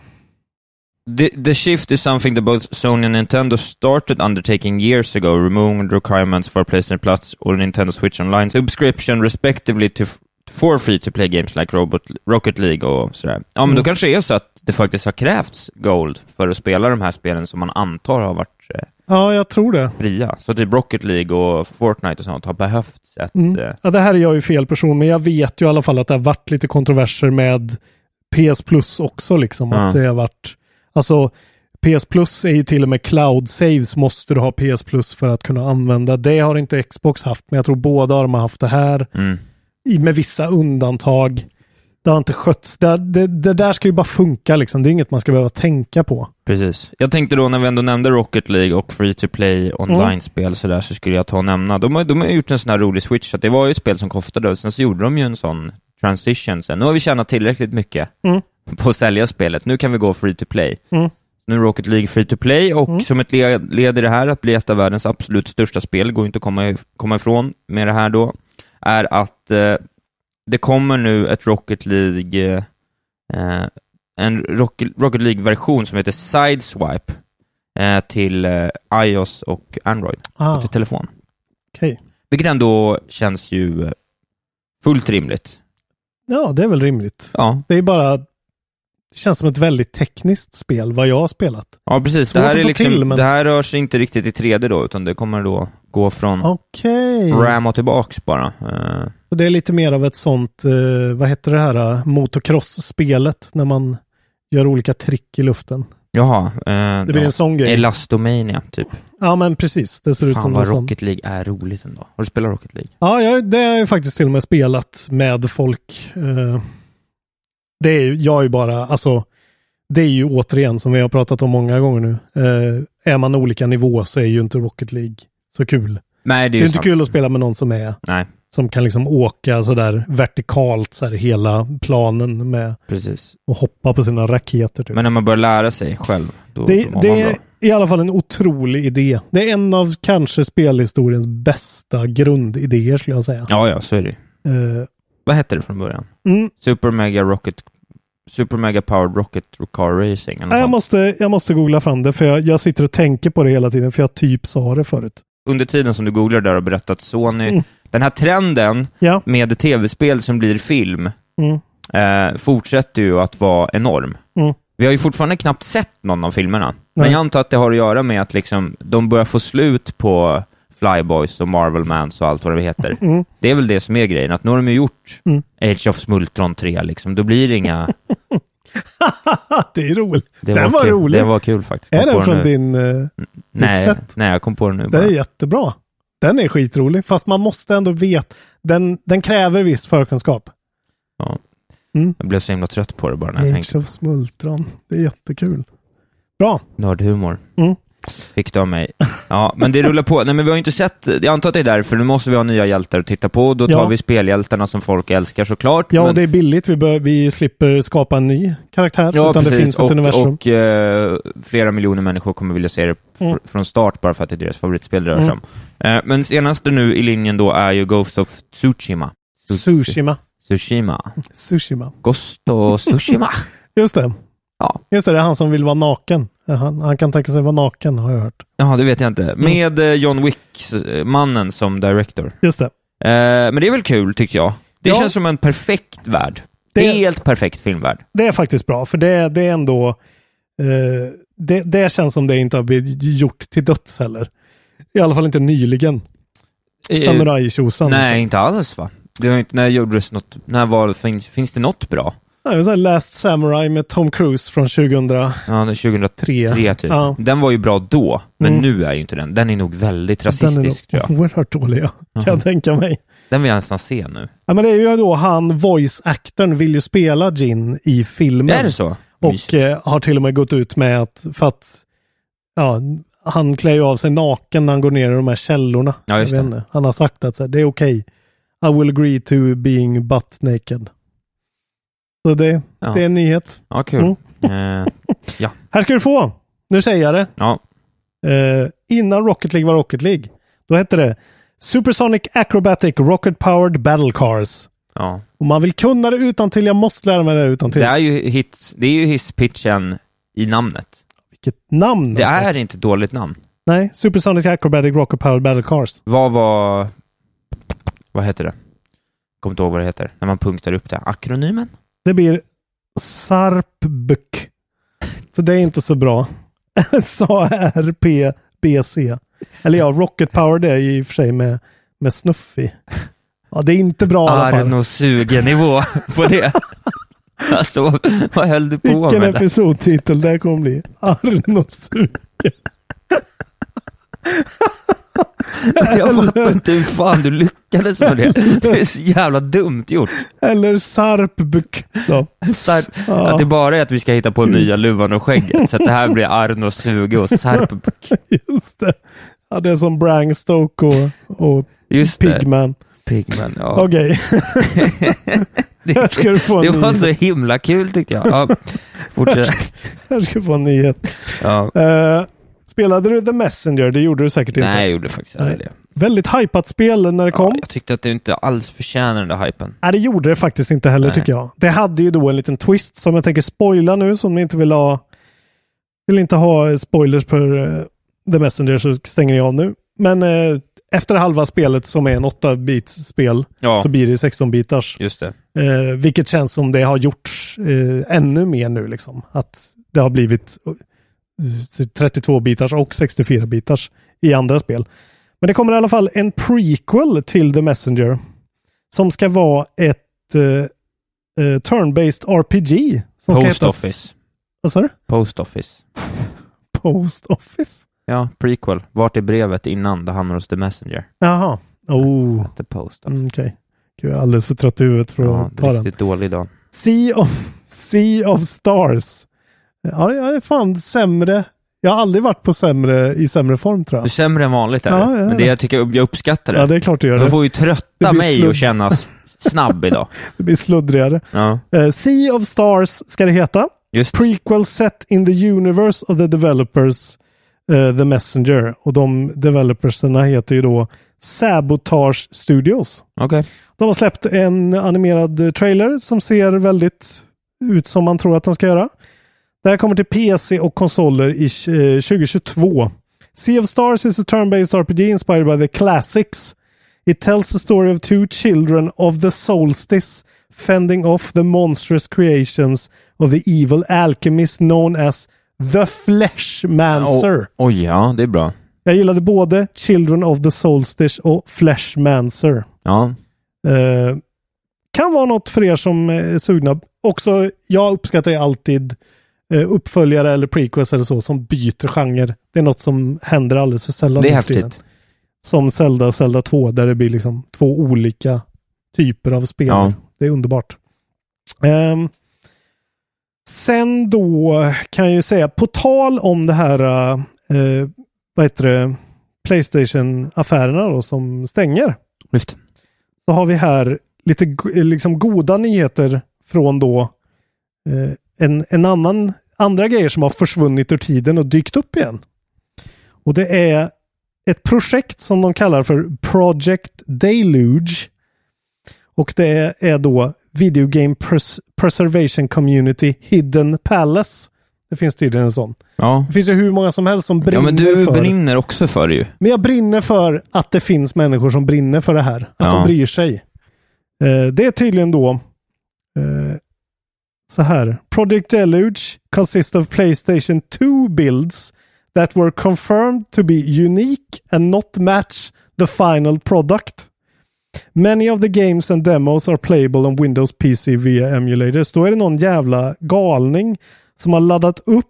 Speaker 8: The shift is something that both Sony and Nintendo started undertaking years ago, removing the requirements for PlayStation Plus or Nintendo Switch Online subscription respectively for free-to-play games like Rocket League och sådär. Ja, men då kanske det är så att det faktiskt har krävts gold för att spela de här spelen som man antar har varit
Speaker 7: ja, jag tror det.
Speaker 8: fria. Så typ Rocket League och Fortnite och sånt har behövt ett...
Speaker 7: Ja, det här är jag ju fel person, men jag vet ju i alla fall att det har varit lite kontroverser med PS Plus också liksom. Att det har varit... Alltså, PS Plus är ju till och med cloud saves måste du ha PS Plus för att kunna använda. Det har inte Xbox haft, men jag tror båda har haft det här. Med vissa undantag. Det har inte skötts. Det där ska ju bara funka liksom. Det är inget man ska behöva tänka på.
Speaker 8: Precis. Jag tänkte då när vi ändå nämnde Rocket League och free-to-play online-spel så skulle jag ta och nämna. De har gjort en sån här rolig switch. Att det var ju ett spel som kostade och sen så gjorde de ju en sån transition sen. Nu har vi tjänat tillräckligt mycket på att sälja spelet. Nu kan vi gå free-to-play. Nu är Rocket League free-to-play och som ett led i det här att bli ett av världens absolut största spel, går inte att komma ifrån med det här då, är att det kommer nu ett Rocket League en Rocket League-version som heter Sideswipe till iOS och Android och till telefon.
Speaker 7: Okay.
Speaker 8: Vilket ändå känns ju fullt rimligt.
Speaker 7: Ja, det är väl rimligt.
Speaker 8: Ja.
Speaker 7: Det är bara... Det känns som ett väldigt tekniskt spel, vad jag har spelat.
Speaker 8: Ja, precis. Det här, är liksom, det här rör sig inte riktigt i 3D då, utan det kommer då gå från RAM och tillbaks bara.
Speaker 7: Så det är lite mer av ett sånt, vad heter det här, motocross-spelet när man gör olika trick i luften.
Speaker 8: Jaha.
Speaker 7: Det blir en sån grej.
Speaker 8: Elastomania, typ.
Speaker 7: Ja, men precis. Det ser ut som
Speaker 8: vad Rocket League är roligt ändå. Har du spelat Rocket League?
Speaker 7: Ja, det har jag faktiskt till och med spelat med folk. Det är ju, jag är ju bara, alltså det är ju återigen som vi har pratat om många gånger nu. Är man olika nivå så är ju inte Rocket League så kul.
Speaker 8: Nej, det är
Speaker 7: inte kul att spela med någon som är som kan liksom åka så där vertikalt så här hela planen med och hoppa på sina raketer. Typ.
Speaker 8: Men när man börjar lära sig själv då
Speaker 7: det är i alla fall en otrolig idé. Det är en av kanske spelhistoriens bästa grundidéer skulle jag säga.
Speaker 8: Ja, så är det. Vad hette det från början? Super Mega Powered Rocket Car Racing.
Speaker 7: Jag måste googla fram det för jag sitter och tänker på det hela tiden för jag typ sa det förut.
Speaker 8: Under tiden som du googlar där och berättat Sony, den här trenden med tv-spel som blir film fortsätter ju att vara enorm. Vi har ju fortfarande knappt sett någon av filmerna. Men jag antar att det har att göra med att liksom, de börjar få slut på Flyboys och Marvelmans och allt vad det heter. Det är väl det som är grejen, att nu har de ju gjort Age of Smultron 3 liksom, då blir det inga...
Speaker 7: Det är roligt. Den var rolig.
Speaker 8: Det var kul faktiskt.
Speaker 7: Är den från din
Speaker 8: nej, jag kom på den nu bara.
Speaker 7: Det är jättebra. Den är skitrolig, fast man måste ändå veta. Den kräver viss förkunskap.
Speaker 8: Ja. Jag blev så himla trött på det bara när jag tänkte.
Speaker 7: Age of Smultron. Det är jättekul. Bra.
Speaker 8: Nördhumor. Fick du av mig. Ja, men det rullar på. Nej, men vi har ju inte sett... Jag antar att det är därför. Nu måste vi ha nya hjältar att titta på. Då tar vi spelhjältarna som folk älskar såklart.
Speaker 7: Ja, och det är billigt. Vi slipper skapa en ny karaktär. Utan
Speaker 8: precis.
Speaker 7: Det finns ett universum.
Speaker 8: Och flera miljoner människor kommer vilja se det från start bara för att det är deras favoritspel rör sig om. Men senaste nu i linjen då är ju Ghost of Tsushima. Tsushima. Ghost of Tsushima.
Speaker 7: Just det.
Speaker 8: Ja.
Speaker 7: Just det är han som vill vara naken. Han kan tänka sig vara naken, har jag hört.
Speaker 8: Ja, det vet jag inte. Med John Wick-mannen som director.
Speaker 7: Just det.
Speaker 8: Men det är väl kul, tycker jag. Det känns som en perfekt värld. Helt perfekt filmvärld.
Speaker 7: Det är faktiskt bra, för det är ändå... det känns som det inte har blivit gjort till döds heller. I alla fall inte nyligen. Samurai-tjosan.
Speaker 8: Nej, liksom. Inte alls va? Det var inte, när gjordes något... Finns det något bra?
Speaker 7: Nej, så Last Samurai med Tom Cruise från 2003
Speaker 8: typ. Ja. Den var ju bra då, men nu är ju inte den. Den är nog väldigt rasistisk, tror jag.
Speaker 7: Den är oerhört dålig, kan jag tänka mig.
Speaker 8: Den vill jag nästan se nu.
Speaker 7: Ja, men det är ju då voice-actorn vill ju spela Jin i filmen.
Speaker 8: Är det så?
Speaker 7: Och har till och med gått ut med för att han klär ju av sig naken när han går ner i de här källorna.
Speaker 8: Ja, just det.
Speaker 7: Han har sagt att det är okej. I will agree to being butt naked. Så det är en nyhet.
Speaker 8: Ja, kul. Ja.
Speaker 7: Här ska du få. Nu säger jag det.
Speaker 8: Ja.
Speaker 7: Innan Rocket League var Rocket League, då hette det Supersonic Acrobatic Rocket Powered Battle Cars.
Speaker 8: Ja.
Speaker 7: Och man vill kunna det utan till. Jag måste lära mig det utan till.
Speaker 8: Det är ju hisspitchen i namnet.
Speaker 7: Vilket namn?
Speaker 8: Det är inte ett dåligt namn.
Speaker 7: Nej, Supersonic Acrobatic Rocket Powered Battle Cars.
Speaker 8: Vad heter det? Kommer inte ihåg vad det heter. När man punktar upp det. Akronymen?
Speaker 7: Det blir SARPBK. Så det är inte så bra. Sa RPBC. Eller ja, Rocket Power det är i och för sig med Snuffy. Ja, det är inte bra i alla fall.
Speaker 8: Arno sugen-nivå på det. Alltså, vad höll du på med?
Speaker 7: Vilken episodtitel det kommer bli. Arno sugen.
Speaker 8: Jag fattar inte hur fan du lyckades med det. Det är så jävla dumt gjort.
Speaker 7: Eller Sarpbuk.
Speaker 8: Att det bara är att vi ska hitta på nya luvan och skägget. Så att det här blir Arno Suge och Sarpbuk.
Speaker 7: Just det. Ja, det är som Bram Stoker och Pigman.
Speaker 8: Pigman, ja.
Speaker 7: Okej.
Speaker 8: Det var så himla kul tyckte jag. Ja, fortsätt.
Speaker 7: Här ska du få en nyhet.
Speaker 8: Ja.
Speaker 7: Spelade du The Messenger? Det gjorde du säkert inte.
Speaker 8: Nej, jag gjorde faktiskt inte det.
Speaker 7: Väldigt hypat spel när det kom.
Speaker 8: Jag tyckte att det inte alls förtjänar den där hypen.
Speaker 7: Nej, det gjorde det faktiskt inte heller tycker jag. Det hade ju då en liten twist som jag tänker spoila nu, som ni inte vill ha. Vill inte ha spoilers på The Messenger så stänger jag av nu. Men efter halva spelet som är en 8-bits spel så blir det 16-bitars.
Speaker 8: Just det.
Speaker 7: Vilket känns som det har gjorts ännu mer nu liksom. Att det har blivit 32-bitars och 64-bitars i andra spel. Men det kommer i alla fall en prequel till The Messenger som ska vara ett turn-based RPG som
Speaker 8: Post
Speaker 7: ska heta
Speaker 8: Office.
Speaker 7: Vad sa du?
Speaker 8: Post Office.
Speaker 7: Post Office?
Speaker 8: Ja, prequel. Vart är brevet innan det hamnar hos The Messenger?
Speaker 7: Jaha.
Speaker 8: The Post Office.
Speaker 7: Okej. Gud, jag är alldeles för trött i huvudet för att ta den.
Speaker 8: Riktigt dålig dag.
Speaker 7: Sea of Stars. Ja, jag är fan sämre. Jag har aldrig varit på i sämre form tror jag.
Speaker 8: Du är sämre än vanligt är det. Men det jag uppskattar det.
Speaker 7: Ja, det är klart du gör det.
Speaker 8: Du får ju trötta mig och kännas snabb idag.
Speaker 7: Det blir sluddrigare.
Speaker 8: Ja.
Speaker 7: Sea of Stars ska det heta.
Speaker 8: Just.
Speaker 7: Prequel set in the universe of the developers The Messenger. Och de developersarna heter ju då Sabotage Studios.
Speaker 8: Okay.
Speaker 7: De har släppt en animerad trailer som ser väldigt ut som man tror att den ska göra. Det här kommer till PC och konsoler i 2022. Sea of Stars is a turn-based RPG inspired by the classics. It tells the story of two children of the solstice fending off the monstrous creations of the evil alchemist known as the Fleshmancer.
Speaker 8: Ja, det är bra.
Speaker 7: Jag gillade både Children of the Solstice och Fleshmancer.
Speaker 8: Ja.
Speaker 7: Kan vara något för er som är sugna. Också, jag uppskattar ju alltid uppföljare eller prequels eller så som byter genre. Det är något som händer alldeles för sällan.
Speaker 8: Det är häftigt.
Speaker 7: Som Zelda 2 där det blir liksom 2 olika typer av spel.
Speaker 8: Ja.
Speaker 7: Det är underbart. Sen då kan jag ju säga på tal om det här vad heter det, PlayStation-affärerna då som stänger.
Speaker 8: Just.
Speaker 7: Så har vi här lite liksom goda nyheter från då andra grejer som har försvunnit ur tiden och dykt upp igen. Och det är ett projekt som de kallar för Project Deluge. Och det är då Video Game Preservation Community Hidden Palace. Det finns tydligen en sån.
Speaker 8: Ja.
Speaker 7: Det finns ju hur många som helst som brinner för.
Speaker 8: Ja, men du brinner också för det ju.
Speaker 7: Men jag brinner för att det finns människor som brinner för det här. Att de bryr sig. Det är tydligen då så här. Project Deluge consists of PlayStation 2 builds that were confirmed to be unique and not match the final product. Many of the games and demos are playable on Windows PC via emulators. Då är det någon jävla galning som har laddat upp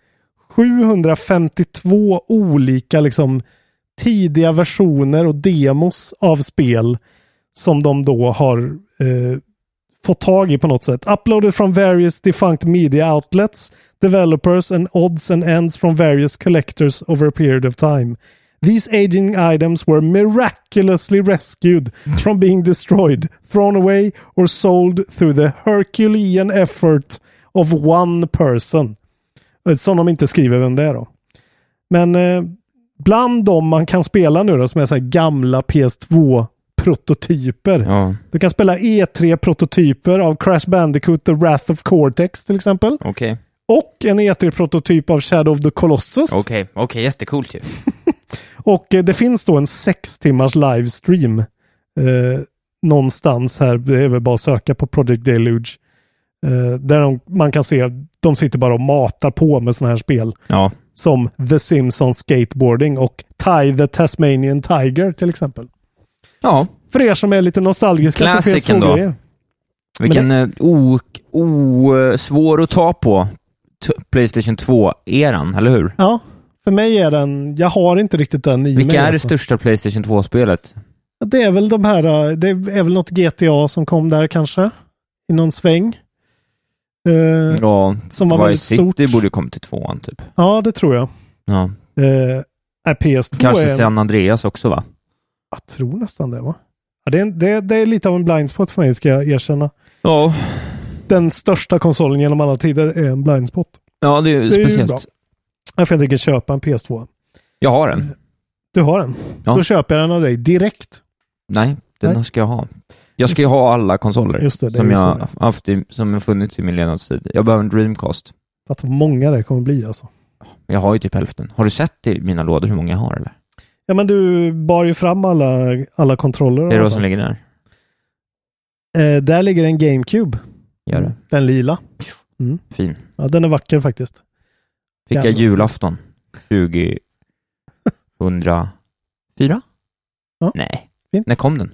Speaker 7: 752 olika liksom tidiga versioner och demos av spel som de då har fått tag i på något sätt. Uploaded from various defunct media outlets, developers and odds and ends from various collectors over a period of time. These aging items were miraculously rescued from being destroyed, thrown away or sold through the Herculean effort of one person. Som de inte skriver vem det är då. Men bland dem man kan spela nu då, som är så här gamla PS2-prototyper.
Speaker 8: Ja.
Speaker 7: Du kan spela E3-prototyper av Crash Bandicoot The Wrath of Cortex till exempel.
Speaker 8: Okej.
Speaker 7: Och en E3-prototyp av Shadow of the Colossus.
Speaker 8: Okej, jättecoolt ju.
Speaker 7: Och det finns då en 6 timmars livestream någonstans här. Det är väl bara att söka på Project Deluge. Där man kan se, de sitter bara och matar på med såna här spel.
Speaker 8: Ja.
Speaker 7: Som The Simpsons Skateboarding och Ty the Tasmanian Tiger till exempel.
Speaker 8: Ja.
Speaker 7: För er som är lite nostalgiska.
Speaker 8: Klassiken då. Vilken svår att ta på PlayStation 2-eran, eller hur?
Speaker 7: Ja, för mig är den, jag har inte riktigt den i mig.
Speaker 8: Vilka är det största PlayStation 2-spelet?
Speaker 7: Det är väl de här, det är väl något GTA som kom där kanske. I någon sväng.
Speaker 8: Ja,
Speaker 7: som var väldigt stort.
Speaker 8: Det borde komma till 2:an typ.
Speaker 7: Ja, det tror jag.
Speaker 8: Ja.
Speaker 7: PS2
Speaker 8: kanske San Andreas också, va?
Speaker 7: Jag tror nästan det, va? Ja, det är lite av en blindspot för mig, ska jag erkänna.
Speaker 8: Ja.
Speaker 7: Den största konsolen genom alla tider är en blindspot.
Speaker 8: Ja, det är speciellt.
Speaker 7: Bra. Jag tänker köpa en PS2.
Speaker 8: Jag har den.
Speaker 7: Du har den? Ja. Då köper jag den av dig direkt.
Speaker 8: Nej, den ska jag ha. Jag ska ju ha alla konsoler.
Speaker 7: Just det,
Speaker 8: som jag haft som har funnits i min levnadstid. Jag behöver en Dreamcast.
Speaker 7: Att många det kommer bli alltså.
Speaker 8: Jag har ju typ hälften. Har du sett i mina lådor hur många jag har, eller?
Speaker 7: Ja, men du bar ju fram alla kontroller.
Speaker 8: Det är då som ligger där.
Speaker 7: Där ligger en GameCube.
Speaker 8: Gör det.
Speaker 7: Den lila.
Speaker 8: Fin.
Speaker 7: Ja, den är vacker faktiskt.
Speaker 8: Fick jag julafton 2004?
Speaker 7: Ja.
Speaker 8: Nej.
Speaker 7: Fint.
Speaker 8: När kom den?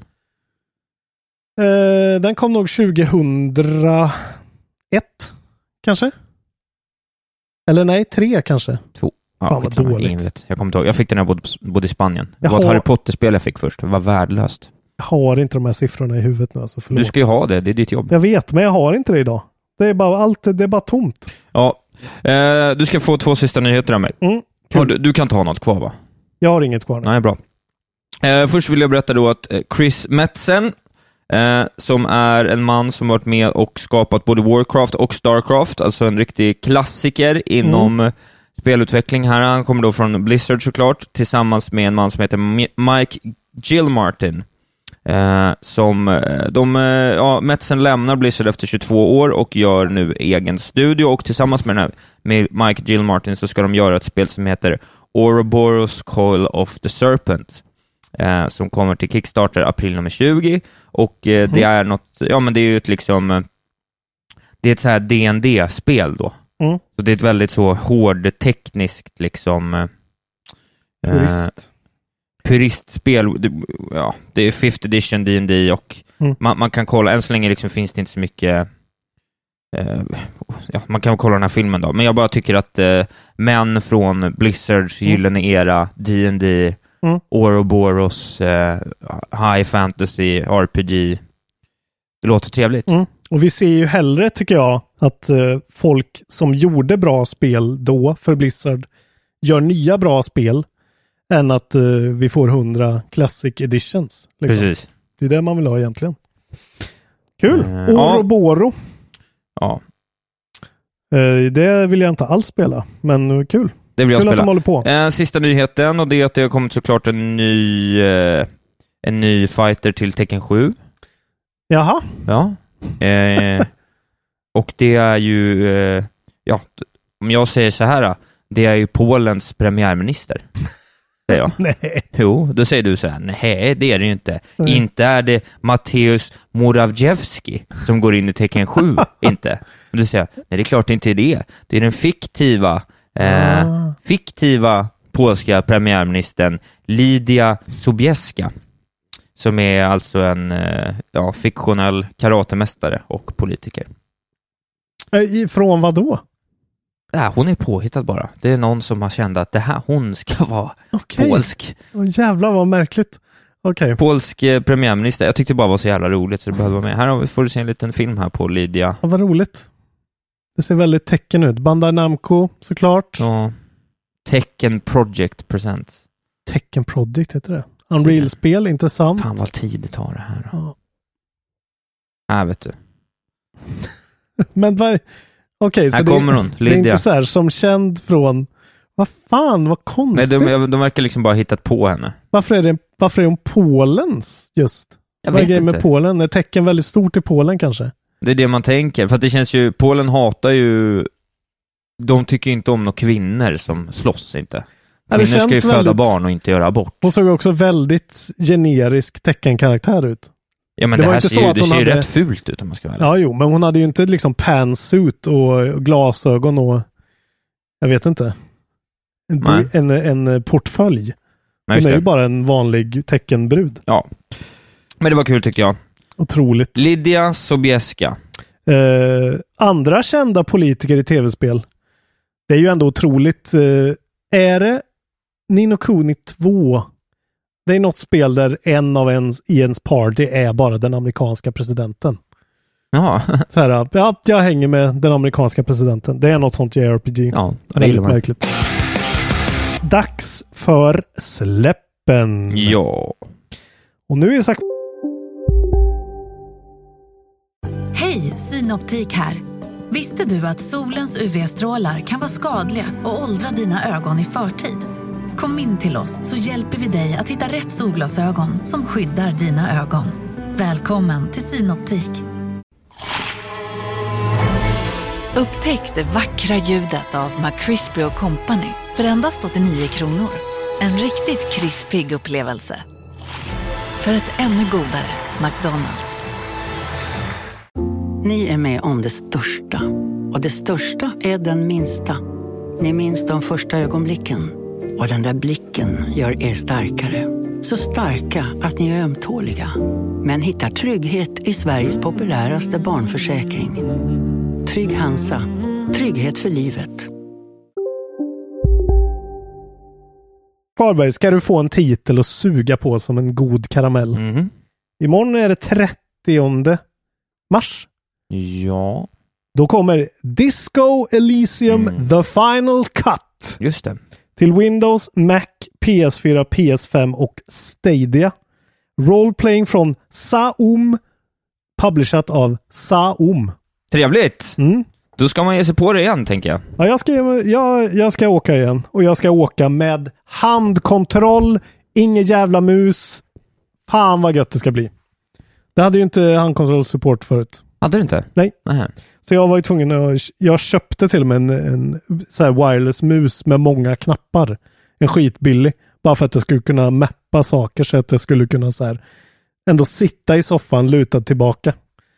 Speaker 7: Den kom nog 2001 kanske? Eller nej, 3 kanske.
Speaker 8: 2. Ja,
Speaker 7: fan vad dåligt.
Speaker 8: Jag kommer inte ihåg. Jag fick den när jag bodde i Spanien. Det var ett Harry Potter-spel jag fick först. Det var värdelöst.
Speaker 7: Jag har inte de här siffrorna i huvudet nu. Alltså,
Speaker 8: du ska ju ha det. Det är ditt jobb.
Speaker 7: Jag vet, men jag har inte det idag. Det är bara det är bara tomt.
Speaker 8: Ja. Du ska få 2 sista nyheter av mig. Du kan ta något kvar, va?
Speaker 7: Jag har inget kvar nu.
Speaker 8: Nej, bra. Först vill jag berätta då att Chris Metzen, som är en man som varit med och skapat både Warcraft och Starcraft, alltså en riktig klassiker inom spelutveckling här. Han kommer då från Blizzard såklart, tillsammans med en man som heter Mike Gilmartin. Metzen lämnar Blizzard efter 22 år och gör nu egen studio, och tillsammans med Mike Gilmartin så ska de göra ett spel som heter Ouroboros Coil of the Serpent, som kommer till Kickstarter april nummer 20, och det är något, men det är ju ett liksom, det är ett så här D&D-spel då. Så det är ett väldigt så hård tekniskt liksom puristspel. Ja, det är 5th edition D&D, och man kan kolla, än så länge liksom finns det inte så mycket man kan kolla den här filmen då, men jag bara tycker att män från Blizzards gyllene era, D&D, Ouroboros, high fantasy, RPG, det låter trevligt.
Speaker 7: Och vi ser ju hellre, tycker jag, att folk som gjorde bra spel då för Blizzard gör nya bra spel än att vi får 100 Classic Editions. Liksom.
Speaker 8: Precis.
Speaker 7: Det är det man vill ha egentligen. Kul! Ouroboros.
Speaker 8: Ja.
Speaker 7: Det vill jag inte alls spela, men kul.
Speaker 8: Det vill jag spela.
Speaker 7: Att de håller på.
Speaker 8: Sista nyheten, och det är att det har kommit såklart en ny fighter till Tekken 7.
Speaker 7: Jaha.
Speaker 8: Ja. Och det är ju om jag säger så här, det är ju Polens premiärminister. Säger jag.
Speaker 7: Nej.
Speaker 8: Jo, då säger du så här: nej, det är det ju inte. Inte är det Mateusz Morawiecki som går in i Tekken 7, inte. Och du säger, nej, det är klart inte det. Det är den fiktiva polska premiärministern Lidia Sobieska, som är alltså en fiktionell karatemästare och politiker.
Speaker 7: Från vad då?
Speaker 8: Ja, hon är påhittad bara. Det är någon som har känt att hon ska vara polsk.
Speaker 7: Jävlar vad märkligt.
Speaker 8: Polsk premiärminister. Jag tyckte det bara var så jävla roligt så det behöver vara med. Här får du se en liten film här på Lydia.
Speaker 7: Ja, vad roligt. Det ser väldigt Tekken ut. Bandai Namco, såklart.
Speaker 8: Ja. Tekken Project Presents.
Speaker 7: Tekken Project heter det. Unreal-spel, intressant.
Speaker 8: Fan vad tid det tar det här. Ja, vet du.
Speaker 7: Men vad... Okej, så
Speaker 8: här kommer hon,
Speaker 7: det är inte så här som känd från... Vad fan, vad konstigt.
Speaker 8: Nej, de verkar liksom bara hittat på henne.
Speaker 7: Varför är hon Polens just?
Speaker 8: Jag vet inte.
Speaker 7: Med Polen? Är Tekken väldigt stort i Polen kanske?
Speaker 8: Det är det man tänker. För att det känns ju... Polen hatar ju... De tycker inte om några kvinnor som slåss inte. Kvinnor ska ju föda barn och inte göra abort.
Speaker 7: Hon såg också väldigt generisk Tekken-karaktär ut.
Speaker 8: Ja, men det här ser ju rätt fult ut om man ska vara.
Speaker 7: Ja, jo, men hon hade ju inte liksom pantsuit och glasögon och jag vet inte. En portfölj. Hon är ju bara en vanlig teckenbrud.
Speaker 8: Ja. Men det var kul tycker jag.
Speaker 7: Otroligt.
Speaker 8: Lidia Sobieska.
Speaker 7: Andra kända politiker i tv-spel. Det är ju ändå otroligt. Är det Ni no Kuni 2? Det är något spel där en av ens party är bara den amerikanska presidenten.
Speaker 8: Jaha.
Speaker 7: Så här, ja, jag hänger med den amerikanska presidenten. Det är något sånt JRPG.
Speaker 8: Ja, det är
Speaker 7: väldigt märkligt. Dags för släppen.
Speaker 8: Ja.
Speaker 7: Och nu är det sagt...
Speaker 9: Hej, Synoptik här. Visste du att solens UV-strålar kan vara skadliga och åldra dina ögon i förtid? Kom in till oss så hjälper vi dig att hitta rätt solglasögon som skyddar dina ögon. Välkommen till Synoptik. Upptäck det vackra ljudet av McCrispy & Company för endast 89 kronor. En riktigt krispig upplevelse. För ett ännu godare McDonald's.
Speaker 10: Ni är med om det största. Och det största är den minsta. Ni minns de första ögonblicken. Och den där blicken gör er starkare. Så starka att ni är ömtåliga. Men hittar trygghet i Sveriges populäraste barnförsäkring. Trygg Hansa. Trygghet för livet.
Speaker 7: Karlberg, ska du få en titel att suga på som en god karamell. Imorgon är det 30 mars.
Speaker 8: Ja.
Speaker 7: Då kommer Disco Elysium The Final Cut.
Speaker 8: Just det.
Speaker 7: Till Windows, Mac, PS4, PS5 och Stadia. Roleplaying från Saum. Publishat av Saum.
Speaker 8: Trevligt. Då ska man ge sig på det igen, tänker jag.
Speaker 7: Ja, jag ska åka igen. Och jag ska åka med handkontroll. Ingen jävla mus. Fan vad gött det ska bli. Det hade ju inte handkontroll-support förut.
Speaker 8: Hade du inte?
Speaker 7: Nej.
Speaker 8: Nähä.
Speaker 7: Så jag var ju tvungen att... Jag köpte till och med en så här wireless mus med många knappar. En skitbillig. Bara för att jag skulle kunna mappa saker så att jag skulle kunna så här ändå sitta i soffan lutad tillbaka.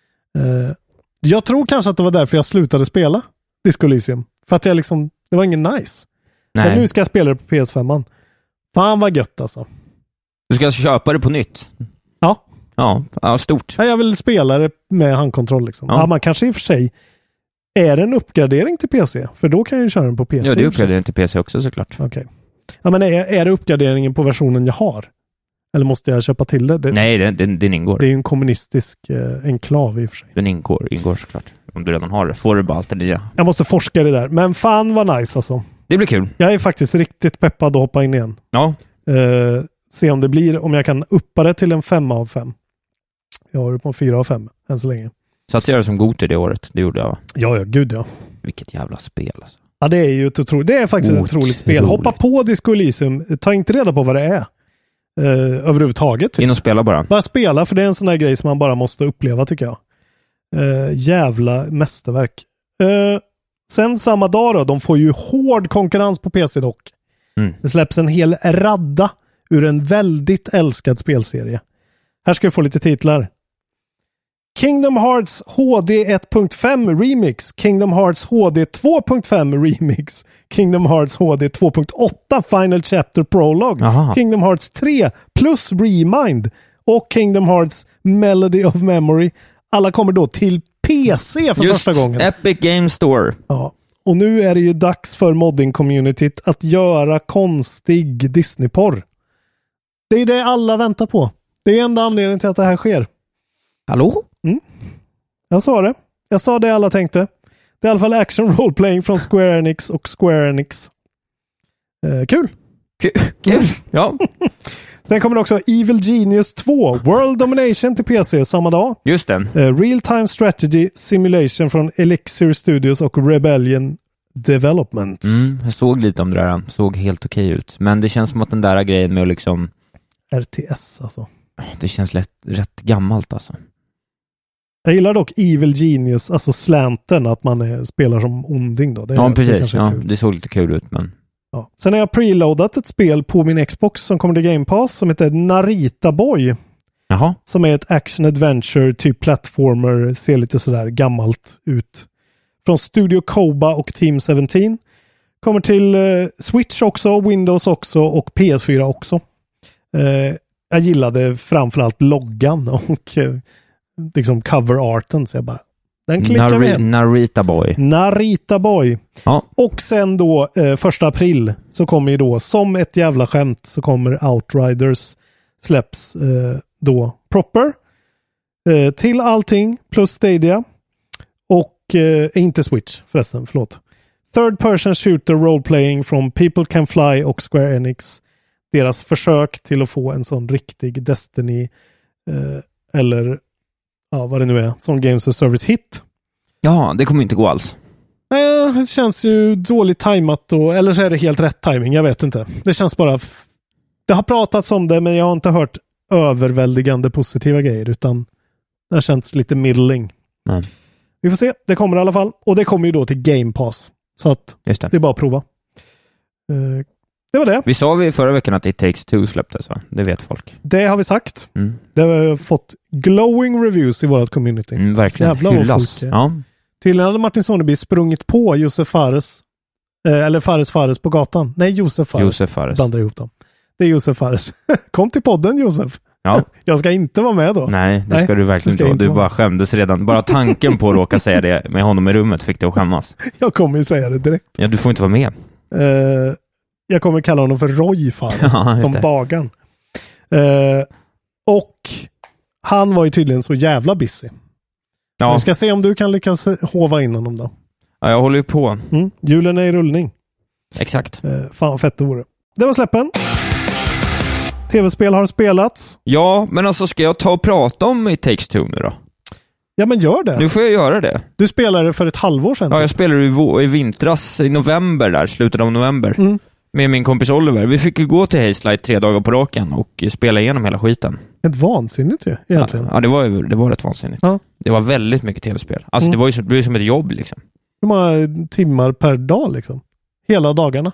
Speaker 7: Jag tror kanske att det var därför jag slutade spela Disco Elysium. För att jag liksom... Det var ingen nice. Nej. Men nu ska jag spela det på PS5. Fan vad gött alltså.
Speaker 8: Du ska köpa det på nytt?
Speaker 7: Ja.
Speaker 8: Ja, stort.
Speaker 7: Ja, jag vill spela det med handkontroll liksom. Ja, man kanske i och för sig är det en uppgradering till PC? För då kan jag ju köra den på PC.
Speaker 8: Ja, det är uppgradering till PC också såklart.
Speaker 7: Okej. Ja, men är det uppgraderingen på versionen jag har? Eller måste jag köpa till det?
Speaker 8: Nej, den ingår.
Speaker 7: Det är ju en kommunistisk enklav i och för sig.
Speaker 8: Den ingår såklart. Om du redan har det. Får du bara allt det nya.
Speaker 7: Jag måste forska det där. Men fan vad nice alltså.
Speaker 8: Det blir kul.
Speaker 7: Jag är faktiskt riktigt peppad att hoppa in igen.
Speaker 8: Ja.
Speaker 7: Se om jag kan uppa det till en 5 av 5. Jag har det på en 4 av 5 än så länge.
Speaker 8: Satt jag det som god i det året? Det gjorde jag.
Speaker 7: Ja, gud ja.
Speaker 8: Vilket jävla spel alltså.
Speaker 7: Ja, det är ju ett faktiskt ett otroligt spel. Hoppa på Disco Elysium. Ta inte reda på vad det är. Överhuvudtaget. Typ.
Speaker 8: In och spela bara.
Speaker 7: Bara spela, för det är en sån där grej som man bara måste uppleva tycker jag. Jävla mästerverk. Sen samma dag då, de får ju hård konkurrens på PC dock. Det släpps en hel radda ur en väldigt älskad spelserie. Här ska vi få lite titlar. Kingdom Hearts HD 1.5 Remix, Kingdom Hearts HD 2.5 Remix, Kingdom Hearts HD 2.8 Final Chapter Prologue,
Speaker 8: Aha.
Speaker 7: Kingdom Hearts 3 plus Remind och Kingdom Hearts Melody of Memory. Alla kommer då till PC för första gången.
Speaker 8: Epic Game Store.
Speaker 7: Ja. Och nu är det ju dags för modding-communityt att göra konstig Disney-porr. Det är det alla väntar på. Det är enda anledningen till att det här sker.
Speaker 8: Hallå?
Speaker 7: Jag sa det. Jag sa det alla tänkte. Det är i alla fall action role-playing från Square Enix och Square Enix. Kul!
Speaker 8: Kul, ja.
Speaker 7: Sen kommer också Evil Genius 2, World Domination till PC samma dag.
Speaker 8: Just den.
Speaker 7: Real-time strategy simulation från Elixir Studios och Rebellion Development.
Speaker 8: Jag såg lite om det där. Såg helt okej ut. Men det känns som att den där grejen med att liksom...
Speaker 7: RTS alltså.
Speaker 8: Det känns rätt gammalt alltså.
Speaker 7: Jag gillar dock Evil Genius, alltså slanten, att man spelar som onding då.
Speaker 8: Ja, precis. Det såg lite kul ut, men...
Speaker 7: Ja. Sen har jag preloadat ett spel på min Xbox som kommer till Game Pass som heter Narita Boy.
Speaker 8: Jaha.
Speaker 7: Som är ett action-adventure, typ platformer, ser lite sådär gammalt ut. Från Studio Koba och Team 17. Kommer till Switch också, Windows också och PS4 också. Jag gillade framförallt loggan och liksom cover-arten, så jag bara, den klickar vi in. Narita Boy.
Speaker 8: Ja.
Speaker 7: Och sen då 1 april så kommer ju då, som ett jävla skämt, så kommer Outriders släpps då proper till allting plus Stadia och inte Switch förresten, förlåt. Third person shooter role-playing från People Can Fly och Square Enix. Deras försök till att få en sån riktig Destiny eller vad det nu är, sån Games as Service hit.
Speaker 8: Ja, det kommer inte gå alls.
Speaker 7: Nej, det känns ju dåligt tajmat eller så är det helt rätt timing, jag vet inte. Det känns bara det har pratats om det, men jag har inte hört överväldigande positiva grejer, utan det har känts lite middling.
Speaker 8: Mm.
Speaker 7: Vi får se, det kommer i alla fall. Och det kommer ju då till Game Pass. Så att det är bara att prova. Det var det.
Speaker 8: Vi sa förra veckan att It Takes Two släpptes, va? Det vet folk.
Speaker 7: Det har vi sagt. Det har vi fått glowing reviews i vårt community.
Speaker 8: Verkligen. Hyllas. Ja.
Speaker 7: Tydligen hade Martin Soneby sprungit på Josef Fares. Eller Fares på gatan. Nej, Josef Fares. Blandar ihop dem. Det är Josef Fares. Kom till podden, Josef.
Speaker 8: Ja.
Speaker 7: Jag ska inte vara med då.
Speaker 8: Nej, det ska du verkligen inte. Du bara skämdes redan. Bara tanken på att råka säga det med honom i rummet fick dig att skämmas.
Speaker 7: Jag kommer ju säga det direkt.
Speaker 8: Ja, du får inte vara med.
Speaker 7: Jag kommer kalla honom för Roy Fares, som bagaren. Och han var ju tydligen så jävla busy. Ja. Vi ska se om du kan lyckas hova in honom då.
Speaker 8: Ja, jag håller ju på.
Speaker 7: Julen är i rullning.
Speaker 8: Exakt.
Speaker 7: Fan fett det vore. Det var släppen. TV-spel har spelats.
Speaker 8: Ja, men alltså ska jag ta och prata om It Takes Two nu då?
Speaker 7: Ja, men gör det.
Speaker 8: Nu får jag göra det.
Speaker 7: Du spelade för ett halvår sedan.
Speaker 8: Ja, jag spelade i vintras, i november där, slutet av november. Med min kompis Oliver. Vi fick ju gå till Hazelight 3 dagar på raken och spela igenom hela skiten.
Speaker 7: Ett vansinnigt ju, egentligen.
Speaker 8: Ja, det var rätt vansinnigt. Ja. Det var väldigt mycket tv-spel. Alltså det var ju som ett jobb liksom.
Speaker 7: Hur många timmar per dag liksom? Hela dagarna?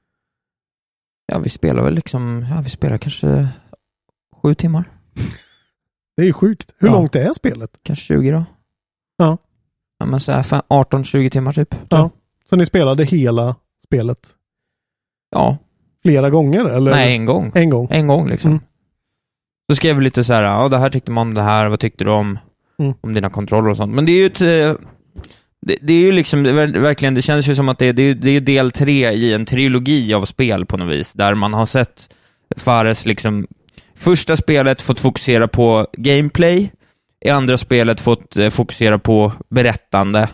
Speaker 8: Ja, vi spelar väl liksom, vi spelar kanske 7 timmar.
Speaker 7: Det är ju sjukt. Hur långt är spelet?
Speaker 8: Kanske 20 då.
Speaker 7: Ja.
Speaker 8: Ja, men så här 18-20 timmar typ.
Speaker 7: Ja. Så ni spelade hela spelet?
Speaker 8: Ja.
Speaker 7: Flera gånger? Eller?
Speaker 8: Nej, en gång. En gång liksom. Så skrev vi lite så här, det här tyckte man om det här, vad tyckte du om dina kontroller och sånt. Men det är ju det är ju liksom verkligen, det känns ju som att det är del 3 i en trilogi av spel på något vis, där man har sett Fares liksom första spelet fått fokusera på gameplay, i andra spelet fått fokusera på berättande.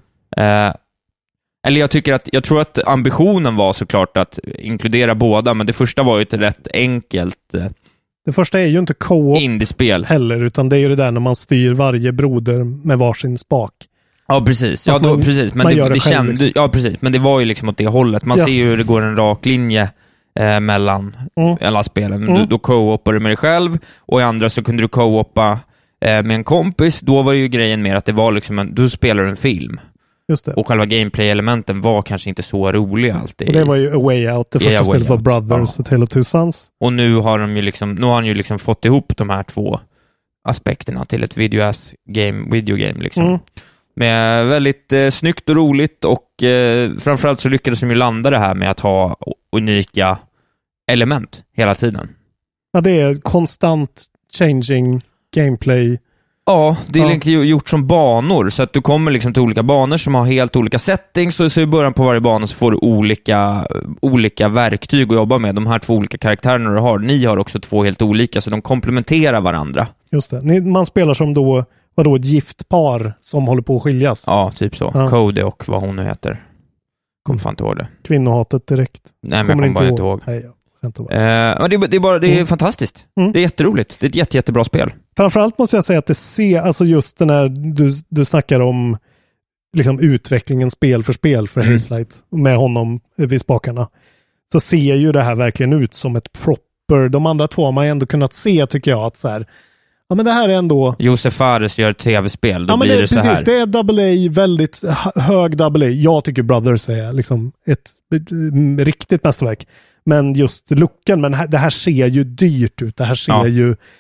Speaker 8: Eller jag tror att ambitionen var såklart att inkludera båda, men det första var ju ett rätt enkelt
Speaker 7: det första är ju inte co-op
Speaker 8: indiespel
Speaker 7: heller, utan det är ju det där när man styr varje broder med varsin spak.
Speaker 8: Ja, precis. Ja, då, precis. Men det kände, liksom. Ja, precis. Men det var ju liksom åt det hållet. Man ser ju hur det går en rak linje mellan alla spelen. Då co-opar du med dig själv, och i andra så kunde du co-opa med en kompis. Då var ju grejen mer att det var liksom du spelar en film.
Speaker 7: Just det.
Speaker 8: Och själva gameplay-elementen var kanske inte så roliga alltid.
Speaker 7: Och det var ju A Way Out. Det första spelet var Brothers och Tale of Two Sons.
Speaker 8: Och nu har han ju liksom fått ihop de här två aspekterna till ett video game liksom. Med väldigt snyggt och roligt, och framförallt så lyckades de ju landa det här med att ha unika element hela tiden.
Speaker 7: Ja, det är konstant changing gameplay.
Speaker 8: Ja, det är gjort som banor, så att du kommer liksom till olika banor som har helt olika settings, och så i början på varje bana så får du olika verktyg att jobba med. De här 2 olika karaktärerna du har, ni har också 2 helt olika, så de komplementerar varandra.
Speaker 7: Just det. Man spelar som då ett gift par som håller på att skiljas.
Speaker 8: Ja, typ så. Ja. Cody och vad hon nu heter. Kommer fan inte ihåg det.
Speaker 7: Kvinnohatet direkt.
Speaker 8: Nej, men jag kommer bara inte ihåg.
Speaker 7: Nej,
Speaker 8: det är fantastiskt. Det är jätteroligt. Det är ett jättebra spel.
Speaker 7: Framförallt måste jag säga att det ser, alltså just den här du snackar om liksom utvecklingen spel för Hazelight med honom vid spakarna, så ser ju det här verkligen ut som ett proper. De andra 2 har man ändå kunnat se, tycker jag, att så här, ja, men det här är ändå
Speaker 8: Josef Fares gör tv-spel, då blir det så
Speaker 7: precis,
Speaker 8: här.
Speaker 7: Det är AA, väldigt hög AA. Jag tycker Brothers är liksom ett riktigt mästerverk. Men just looken, men det här ser ju dyrt ut. Det här ser ju,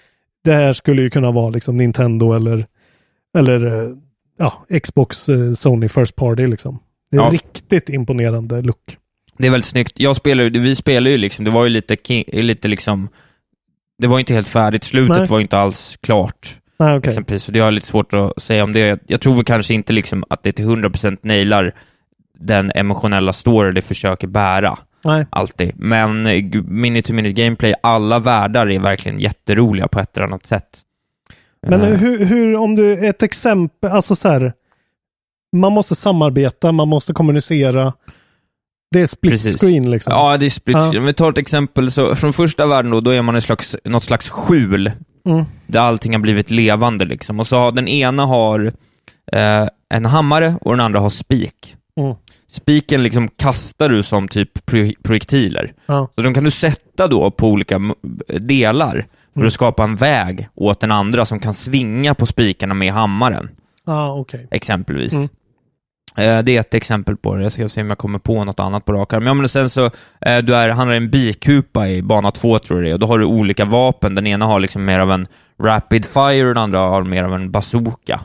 Speaker 7: det här skulle ju kunna vara liksom Nintendo eller Xbox Sony First Party liksom. Det är riktigt imponerande look.
Speaker 8: Det är väldigt snyggt. Vi spelar ju liksom, det var ju lite liksom, det var inte helt färdigt. Slutet var inte alls klart.
Speaker 7: Nej, okay.
Speaker 8: Exempelvis, så det har lite svårt att säga om det. Jag tror väl kanske inte liksom att det till 100% nailar den emotionella story det försöker bära.
Speaker 7: Nej.
Speaker 8: Alltid. Men minute-to-minute gameplay, alla världar är verkligen jätteroliga på ett eller annat sätt.
Speaker 7: Men hur om du, ett exempel, alltså så här, man måste samarbeta, man måste kommunicera. Det är split screen liksom.
Speaker 8: Ja, det är split screen. Om vi tar ett exempel, så från första världen då är man något slags skjul där allting har blivit levande liksom. Och så den ena har en hammare och den andra har spik. Spiken liksom kastar du som typ projektiler. Så de kan du sätta då på olika delar för att skapa en väg åt den andra som kan svinga på spikarna med hammaren.
Speaker 7: Okay.
Speaker 8: Exempelvis. Det är ett exempel på det. Jag ska se om jag kommer på något annat på rakar. Men sen så han har en bikupa i bana 2 tror jag det är, och då har du olika vapen. Den ena har liksom mer av en rapid fire och den andra har mer av en bazooka.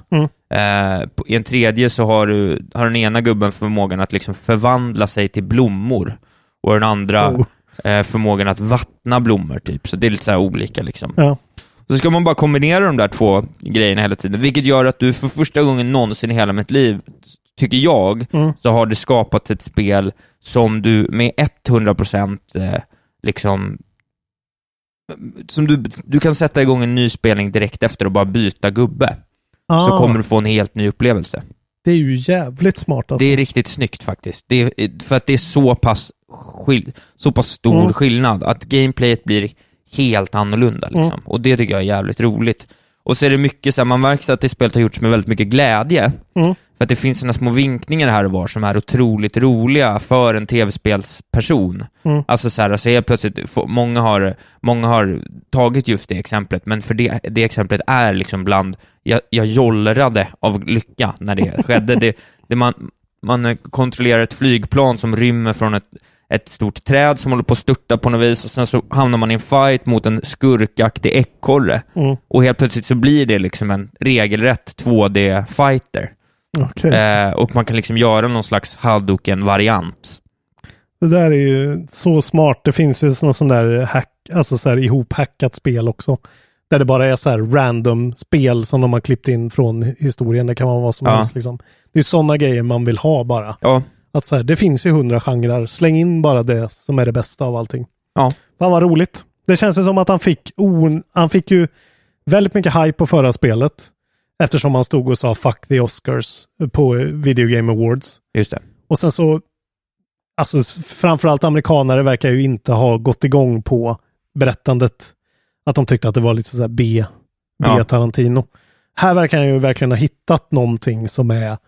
Speaker 8: I en tredje så har den ena gubben förmågan att liksom förvandla sig till blommor och den andra förmågan att vattna blommor typ. Så det är lite så här olika liksom.
Speaker 7: Ja.
Speaker 8: Så ska man bara kombinera de där två grejerna hela tiden, vilket gör att du för första gången någonsin i hela mitt liv, tycker jag, så har det skapat ett spel som du med 100% liksom som du kan sätta igång en ny spelning direkt efter och bara byta gubbe. Så kommer du få en helt ny upplevelse.
Speaker 7: Det är ju jävligt smart alltså.
Speaker 8: Det är riktigt snyggt faktiskt. För att det är så pass stor skillnad att gameplayet blir helt annorlunda liksom. Och det tycker jag är jävligt roligt. Och så är det mycket så här, man märker att det spelet har gjorts med väldigt mycket glädje. För att det finns såna små vinkningar här och var som är otroligt roliga för en tv-spelsperson. Alltså så här, alltså helt plötsligt många har tagit just det exemplet, men för det exemplet är liksom bland jag jollrade av lycka när det skedde. Man kontrollerar ett flygplan som rymmer från ett stort träd som håller på att störta på något vis, och sen så hamnar man i en fight mot en skurkaktig ekorre. Och helt plötsligt så blir det liksom en regelrätt 2D-fighter.
Speaker 7: Okay.
Speaker 8: Och man kan liksom göra någon slags Hadouken-variant.
Speaker 7: Det där är ju så smart. Det finns ju sån där alltså så här ihophackat spel också. Där det bara är så här random spel som de har klippt in från historien. Det kan vara vad som helst liksom. Det är sådana grejer man vill ha bara.
Speaker 8: Ja.
Speaker 7: Att så här, det finns ju 100 genrer. Släng in bara det som är det bästa av allting.
Speaker 8: Ja.
Speaker 7: Fan vad roligt. Det känns ju som att han fick ju väldigt mycket hype på förra spelet. Eftersom han stod och sa fuck the Oscars på Video Game Awards.
Speaker 8: Just det.
Speaker 7: Och sen så, alltså framförallt amerikanare verkar ju inte ha gått igång på berättandet. Att de tyckte att det var lite så här B Tarantino. Här verkar han ju verkligen ha hittat någonting som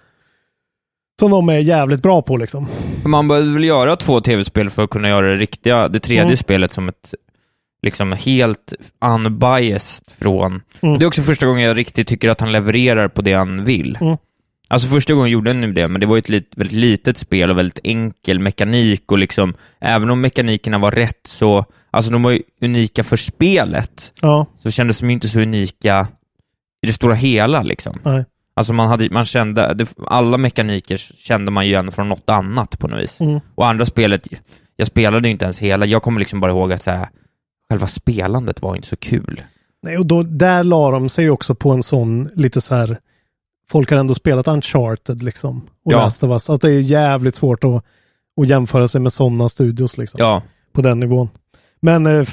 Speaker 7: de är jävligt bra på liksom.
Speaker 8: Man behöver väl göra 2 tv-spel för att kunna göra det tredje spelet som ett liksom helt unbiased från. Och det är också första gången jag riktigt tycker att han levererar på det han vill. Alltså första gången gjorde han nu det, men det var ett väldigt litet spel och väldigt enkel mekanik, och liksom även om mekanikerna var rätt så, alltså de var ju unika för spelet. Så kändes de inte så unika i det stora hela liksom.
Speaker 7: Nej.
Speaker 8: Alltså man kände alla mekaniker kände man ju igen från något annat på något vis. Och andra spelet, jag spelade ju inte ens hela. Jag kommer liksom bara ihåg att så här, själva spelandet var inte så kul.
Speaker 7: Nej, och då där la de sig också på en sån lite så här, folk har ändå spelat Uncharted liksom och Last of Us, att det är jävligt svårt att jämföra sig med sådana studios liksom. På den nivån. Men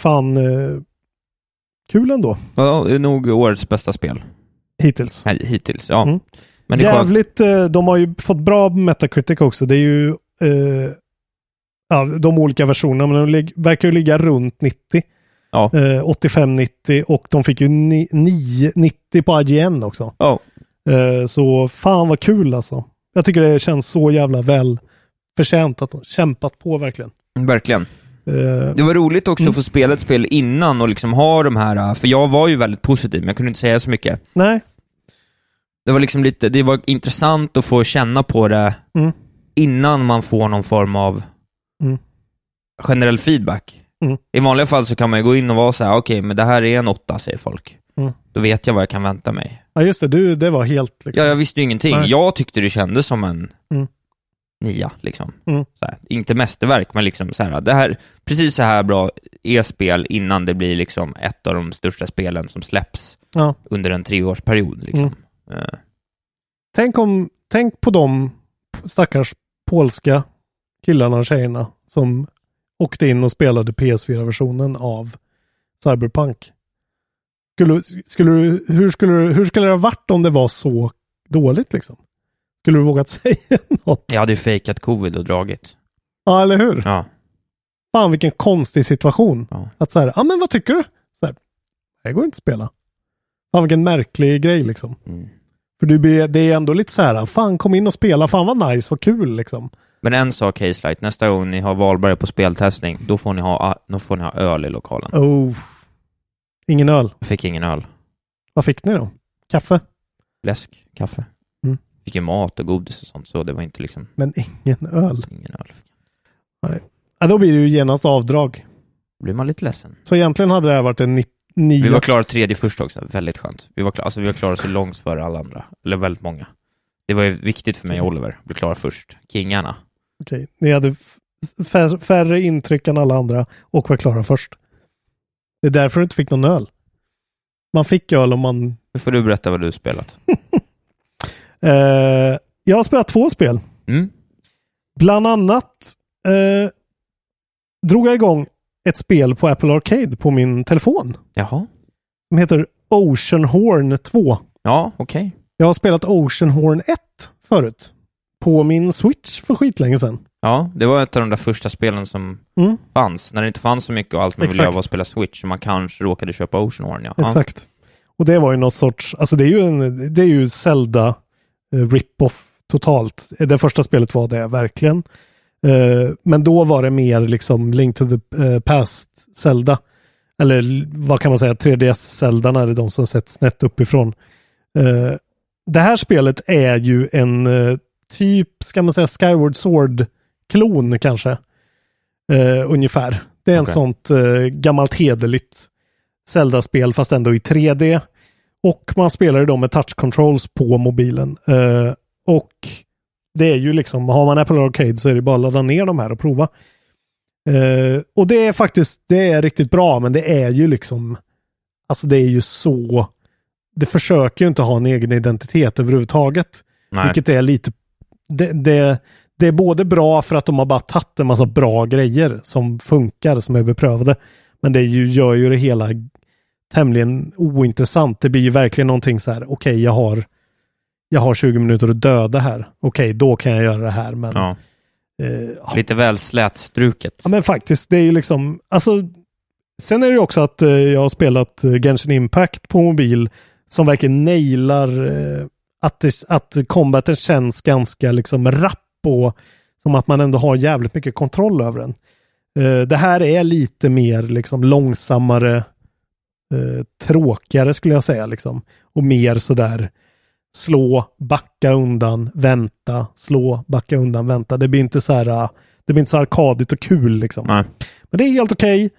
Speaker 7: kul ändå.
Speaker 8: Ja, det är nog årets bästa spel.
Speaker 7: Hittills.
Speaker 8: Nej, hittills, ja. Men det
Speaker 7: jävligt, de har ju fått bra Metacritic också. Det är ju de olika versionerna, men de verkar ju ligga runt 90. 85-90, och de fick ju 90 på IGN också. Så fan vad kul alltså. Jag tycker det känns så jävla väl förtjänt att de kämpat på verkligen.
Speaker 8: Verkligen. Det var roligt också att få spela ett spel innan och liksom ha de här, för jag var ju väldigt positiv men jag kunde inte säga så mycket.
Speaker 7: Nej.
Speaker 8: Det var liksom det var intressant att få känna på det innan man får någon form av generell feedback. I vanliga fall så kan man ju gå in och vara så här, okej, men det här är en 8, säger folk. Då vet jag vad jag kan vänta mig.
Speaker 7: Ja, just det. Det var helt... Liksom...
Speaker 8: Ja, jag visste ju ingenting.
Speaker 7: Nej.
Speaker 8: Jag tyckte det kändes som en 9, liksom. Så här, inte mästerverk, men liksom så här, det här, precis så här bra e-spel innan det blir liksom ett av de största spelen som släpps under en 3-årsperiod, liksom.
Speaker 7: Tänk på de stackars polska killarna och tjejerna som åkte in och spelade PS4-versionen av Cyberpunk. Hur skulle det ha varit om det var så dåligt, liksom? Skulle du vågat säga något?
Speaker 8: Jag hade ju fejkat covid och dragit.
Speaker 7: Ja, eller hur?
Speaker 8: Ja.
Speaker 7: Fan, vilken konstig situation. Att så här, men vad tycker du? Så här, det går inte att spela. Fan, vilken märklig grej, liksom. För det är ändå lite så här, fan, kom in och spela, fan vad nice, vad kul, liksom.
Speaker 8: Men en sak, Hazelight, nästa gång ni har Valberg på speltestning, då får ni ha öl i lokalen.
Speaker 7: Ingen öl?
Speaker 8: Jag fick ingen öl.
Speaker 7: Vad fick ni då? Kaffe?
Speaker 8: Läsk, kaffe. Fick ju mat och godis och sånt, så det var inte liksom...
Speaker 7: Men ingen öl?
Speaker 8: Ingen öl.
Speaker 7: Nej. Ja, då blir det ju genast avdrag.
Speaker 8: Då blir man lite ledsen.
Speaker 7: Så egentligen hade det här varit en 9.
Speaker 8: Vi var klara 3 först också, väldigt skönt. Vi var klara så långt före alla andra. Eller väldigt många. Det var ju viktigt för mig och Oliver. Bli klara först. Kingarna.
Speaker 7: Okej. Ni hade färre intryck än alla andra och var klara först. Det är därför du inte fick någon öl. Man fick öl om man...
Speaker 8: Nu får du berätta vad du spelat.
Speaker 7: Jag har spelat 2 spel. Bland annat drog jag igång ett spel på Apple Arcade på min telefon.
Speaker 8: Jaha.
Speaker 7: Som heter Oceanhorn 2.
Speaker 8: Ja, okej.
Speaker 7: Jag har spelat Oceanhorn 1 förut. På min Switch för skitlänge sedan.
Speaker 8: Ja, det var ett av de där första spelen som fanns. När det inte fanns så mycket och allt man ville göra var att spela Switch. Så man kanske råkade köpa Oceanhorn, ja.
Speaker 7: Exakt. Och det var ju något sorts... Alltså det är ju Zelda rip-off totalt. Det första spelet var det verkligen. Men då var det mer liksom Link to the Past Zelda. Eller vad kan man säga? 3DS Zelda, när det är de som sett snett uppifrån. Det här spelet är ju en typ, ska man säga, Skyward Sword-klon kanske. Ungefär. Det är en sånt gammalt hederligt Zelda-spel fast ändå i 3D. Och man spelar ju då med touch controls på mobilen. Och det är ju liksom, har man Apple Arcade så är det bara att ladda ner de här och prova. Och det är faktiskt, det är riktigt bra, men det är ju liksom, alltså det är ju så, det försöker ju inte ha en egen identitet överhuvudtaget. Nej. Vilket är lite, det är både bra för att de har bara tagit en massa bra grejer som funkar, som är beprövade. Men det gör ju det hela tämligen ointressant. Det blir ju verkligen någonting så här, okej, jag har 20 minuter att döda här. Okej, då kan jag göra det här. Men,
Speaker 8: lite väl slätstruket.
Speaker 7: Ja, men faktiskt, det är ju liksom, alltså, sen är det ju också att jag har spelat Genshin Impact på mobil som verkligen nailar att combaten känns ganska liksom rapp och som att man ändå har jävligt mycket kontroll över den. Det här är lite mer liksom långsammare, tråkigare skulle jag säga liksom. Och mer sådär slå, backa undan, vänta, slå, backa undan, vänta. Det blir inte så här, det blir inte så arkadigt och kul liksom.
Speaker 8: Nej.
Speaker 7: Men det är helt okej.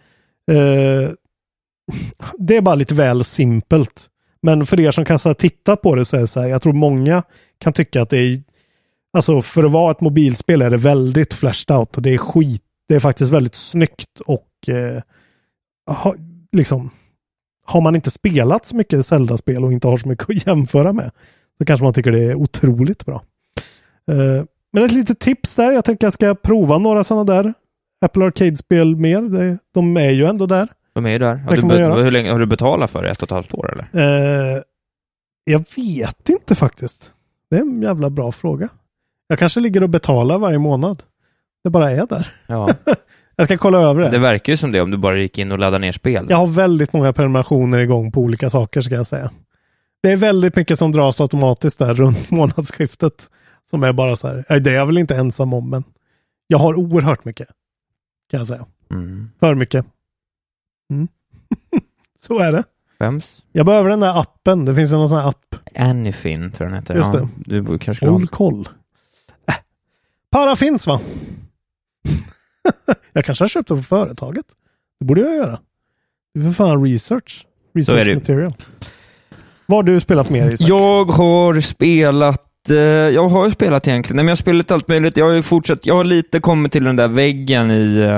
Speaker 7: Det är bara lite väl simpelt. Men för er som kan så här, titta på det så är det så här, jag tror många kan tycka att det är, alltså för att vara ett mobilspel är det väldigt flashed out och det är skit. Det är faktiskt väldigt snyggt och liksom, har man inte spelat så mycket Zelda-spel och inte har så mycket att jämföra med, så kanske man tycker det är otroligt bra. Men ett litet tips där, jag tänker jag ska prova några sådana där Apple Arcade-spel mer. De är ju ändå där.
Speaker 8: De är ju där. Hur länge har du betalat för det? 1,5 år eller?
Speaker 7: Jag vet inte faktiskt. Det är en jävla bra fråga. Jag kanske ligger och betalar varje månad. Det bara är där.
Speaker 8: Ja.
Speaker 7: Jag ska kolla över det.
Speaker 8: Det verkar ju som det om du bara gick in och laddar ner spel.
Speaker 7: Jag har väldigt många prenumerationer igång på olika saker, ska jag säga. Det är väldigt mycket som dras automatiskt där runt månadsskiftet. Som är bara så här. Det är jag väl inte ensam om, men jag har oerhört mycket, kan jag säga. För mycket. Så är det.
Speaker 8: Vems?
Speaker 7: Jag behöver den där appen. Det finns en sån här app.
Speaker 8: Anyfin tror jag den heter.
Speaker 7: Just det.
Speaker 8: Du kanske
Speaker 7: Håll koll. Para finns, va? Jag kanske har köpt det på företaget. Det borde jag göra. Det är för fan research material. Vad har du spelat mer, Isak?
Speaker 8: Jag har spelat egentligen. Nej, men jag har spelat allt möjligt. Jag har lite kommit till den där väggen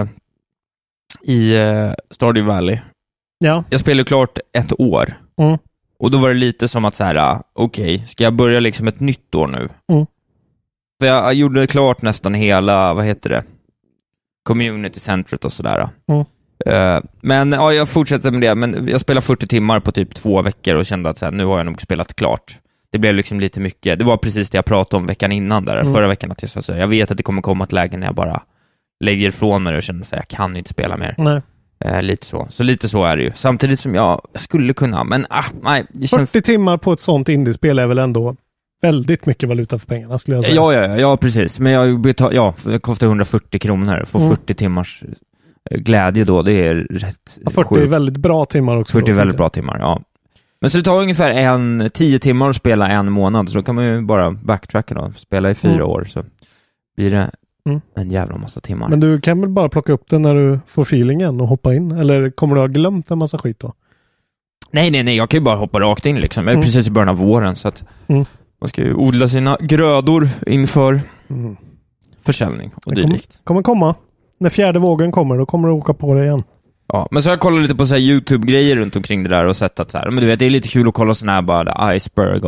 Speaker 8: i Stardew Valley.
Speaker 7: Ja.
Speaker 8: Jag spelade klart 1 år.
Speaker 7: Mm.
Speaker 8: Och då var det lite som att så här, okej, ska jag börja liksom ett nytt år nu?
Speaker 7: Mm.
Speaker 8: För jag gjorde klart nästan hela, vad heter det? Community centret och sådär.
Speaker 7: Mm.
Speaker 8: Men ja, jag fortsätter med det. Men jag spelade 40 timmar på typ 2 veckor och kände att så här, nu har jag nog spelat klart. Det blev liksom lite mycket. Det var precis det jag pratade om veckan innan där. Förra veckan att jag vet att det kommer komma ett läge när jag bara lägger ifrån mig och känner att jag kan inte spela mer.
Speaker 7: Nej.
Speaker 8: Lite så. Så lite så är det ju. Samtidigt som jag skulle kunna, men nej. Det
Speaker 7: 40 timmar på ett sånt indiespel är väl ändå väldigt mycket valuta för pengarna, skulle jag säga.
Speaker 8: Ja, precis. Men det kostar 140 kronor. Få 40 timmars glädje då, det är rätt
Speaker 7: 40
Speaker 8: sjukt.
Speaker 7: är väldigt bra timmar också.
Speaker 8: 40 är väldigt bra timmar, ja. Men så det tar ungefär 10 timmar att spela 1 månad, så då kan man ju bara backtracka då. Spela i 4 år, så blir det en jävla massa timmar.
Speaker 7: Men du kan väl bara plocka upp den när du får feelingen och hoppa in? Eller kommer du ha glömt en massa skit då?
Speaker 8: Nej, jag kan ju bara hoppa rakt in liksom. Jag är precis i början av våren, så att man ska ju odla sina grödor inför försäljning och dylikt.
Speaker 7: Kommer komma. När 4:e vågen kommer, då kommer du åka på det igen.
Speaker 8: Ja, men så har jag kollat lite på så här YouTube-grejer runt omkring det där och sett att så här, men du vet, det är lite kul att kolla sån här bara the iceberg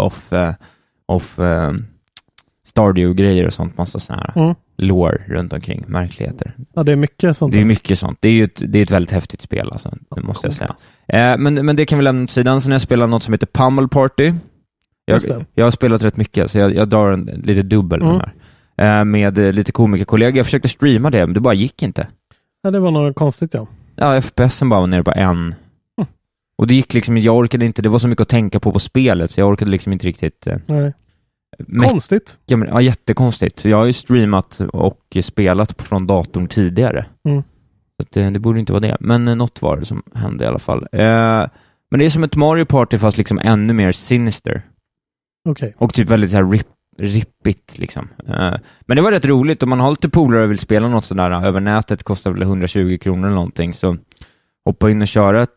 Speaker 8: of Stardew-grejer och sånt, massa sån här lore runt omkring, märkligheter.
Speaker 7: Ja, det är mycket sånt.
Speaker 8: Det är mycket sånt. Det är ett väldigt häftigt spel alltså, det måste jag säga. Men det kan vi lämna åt sidan. Sen jag spelar något som heter Pummel Party. Jag har spelat rätt mycket, så jag drar en lite dubbel med den här. Med lite komikerkollegor. Jag försökte streama det, men det bara gick inte.
Speaker 7: Ja, det var något konstigt, ja.
Speaker 8: Ja, FPSen bara var nere på 1. Och det gick liksom, jag orkade inte, det var så mycket att tänka på spelet, så jag orkade liksom inte riktigt...
Speaker 7: Nej. Konstigt.
Speaker 8: Ja, jättekonstigt. Jag har ju streamat och spelat från datorn tidigare. Så att det borde inte vara det. Men något var det som hände i alla fall. Men det är som ett Mario Party fast liksom ännu mer sinister.
Speaker 7: Okej.
Speaker 8: Och typ väldigt så här rippigt liksom. Men det var rätt roligt. Om man har lite polare och vill spela något sådär över nätet, kostar väl 120 kronor eller någonting, så hoppa in och köra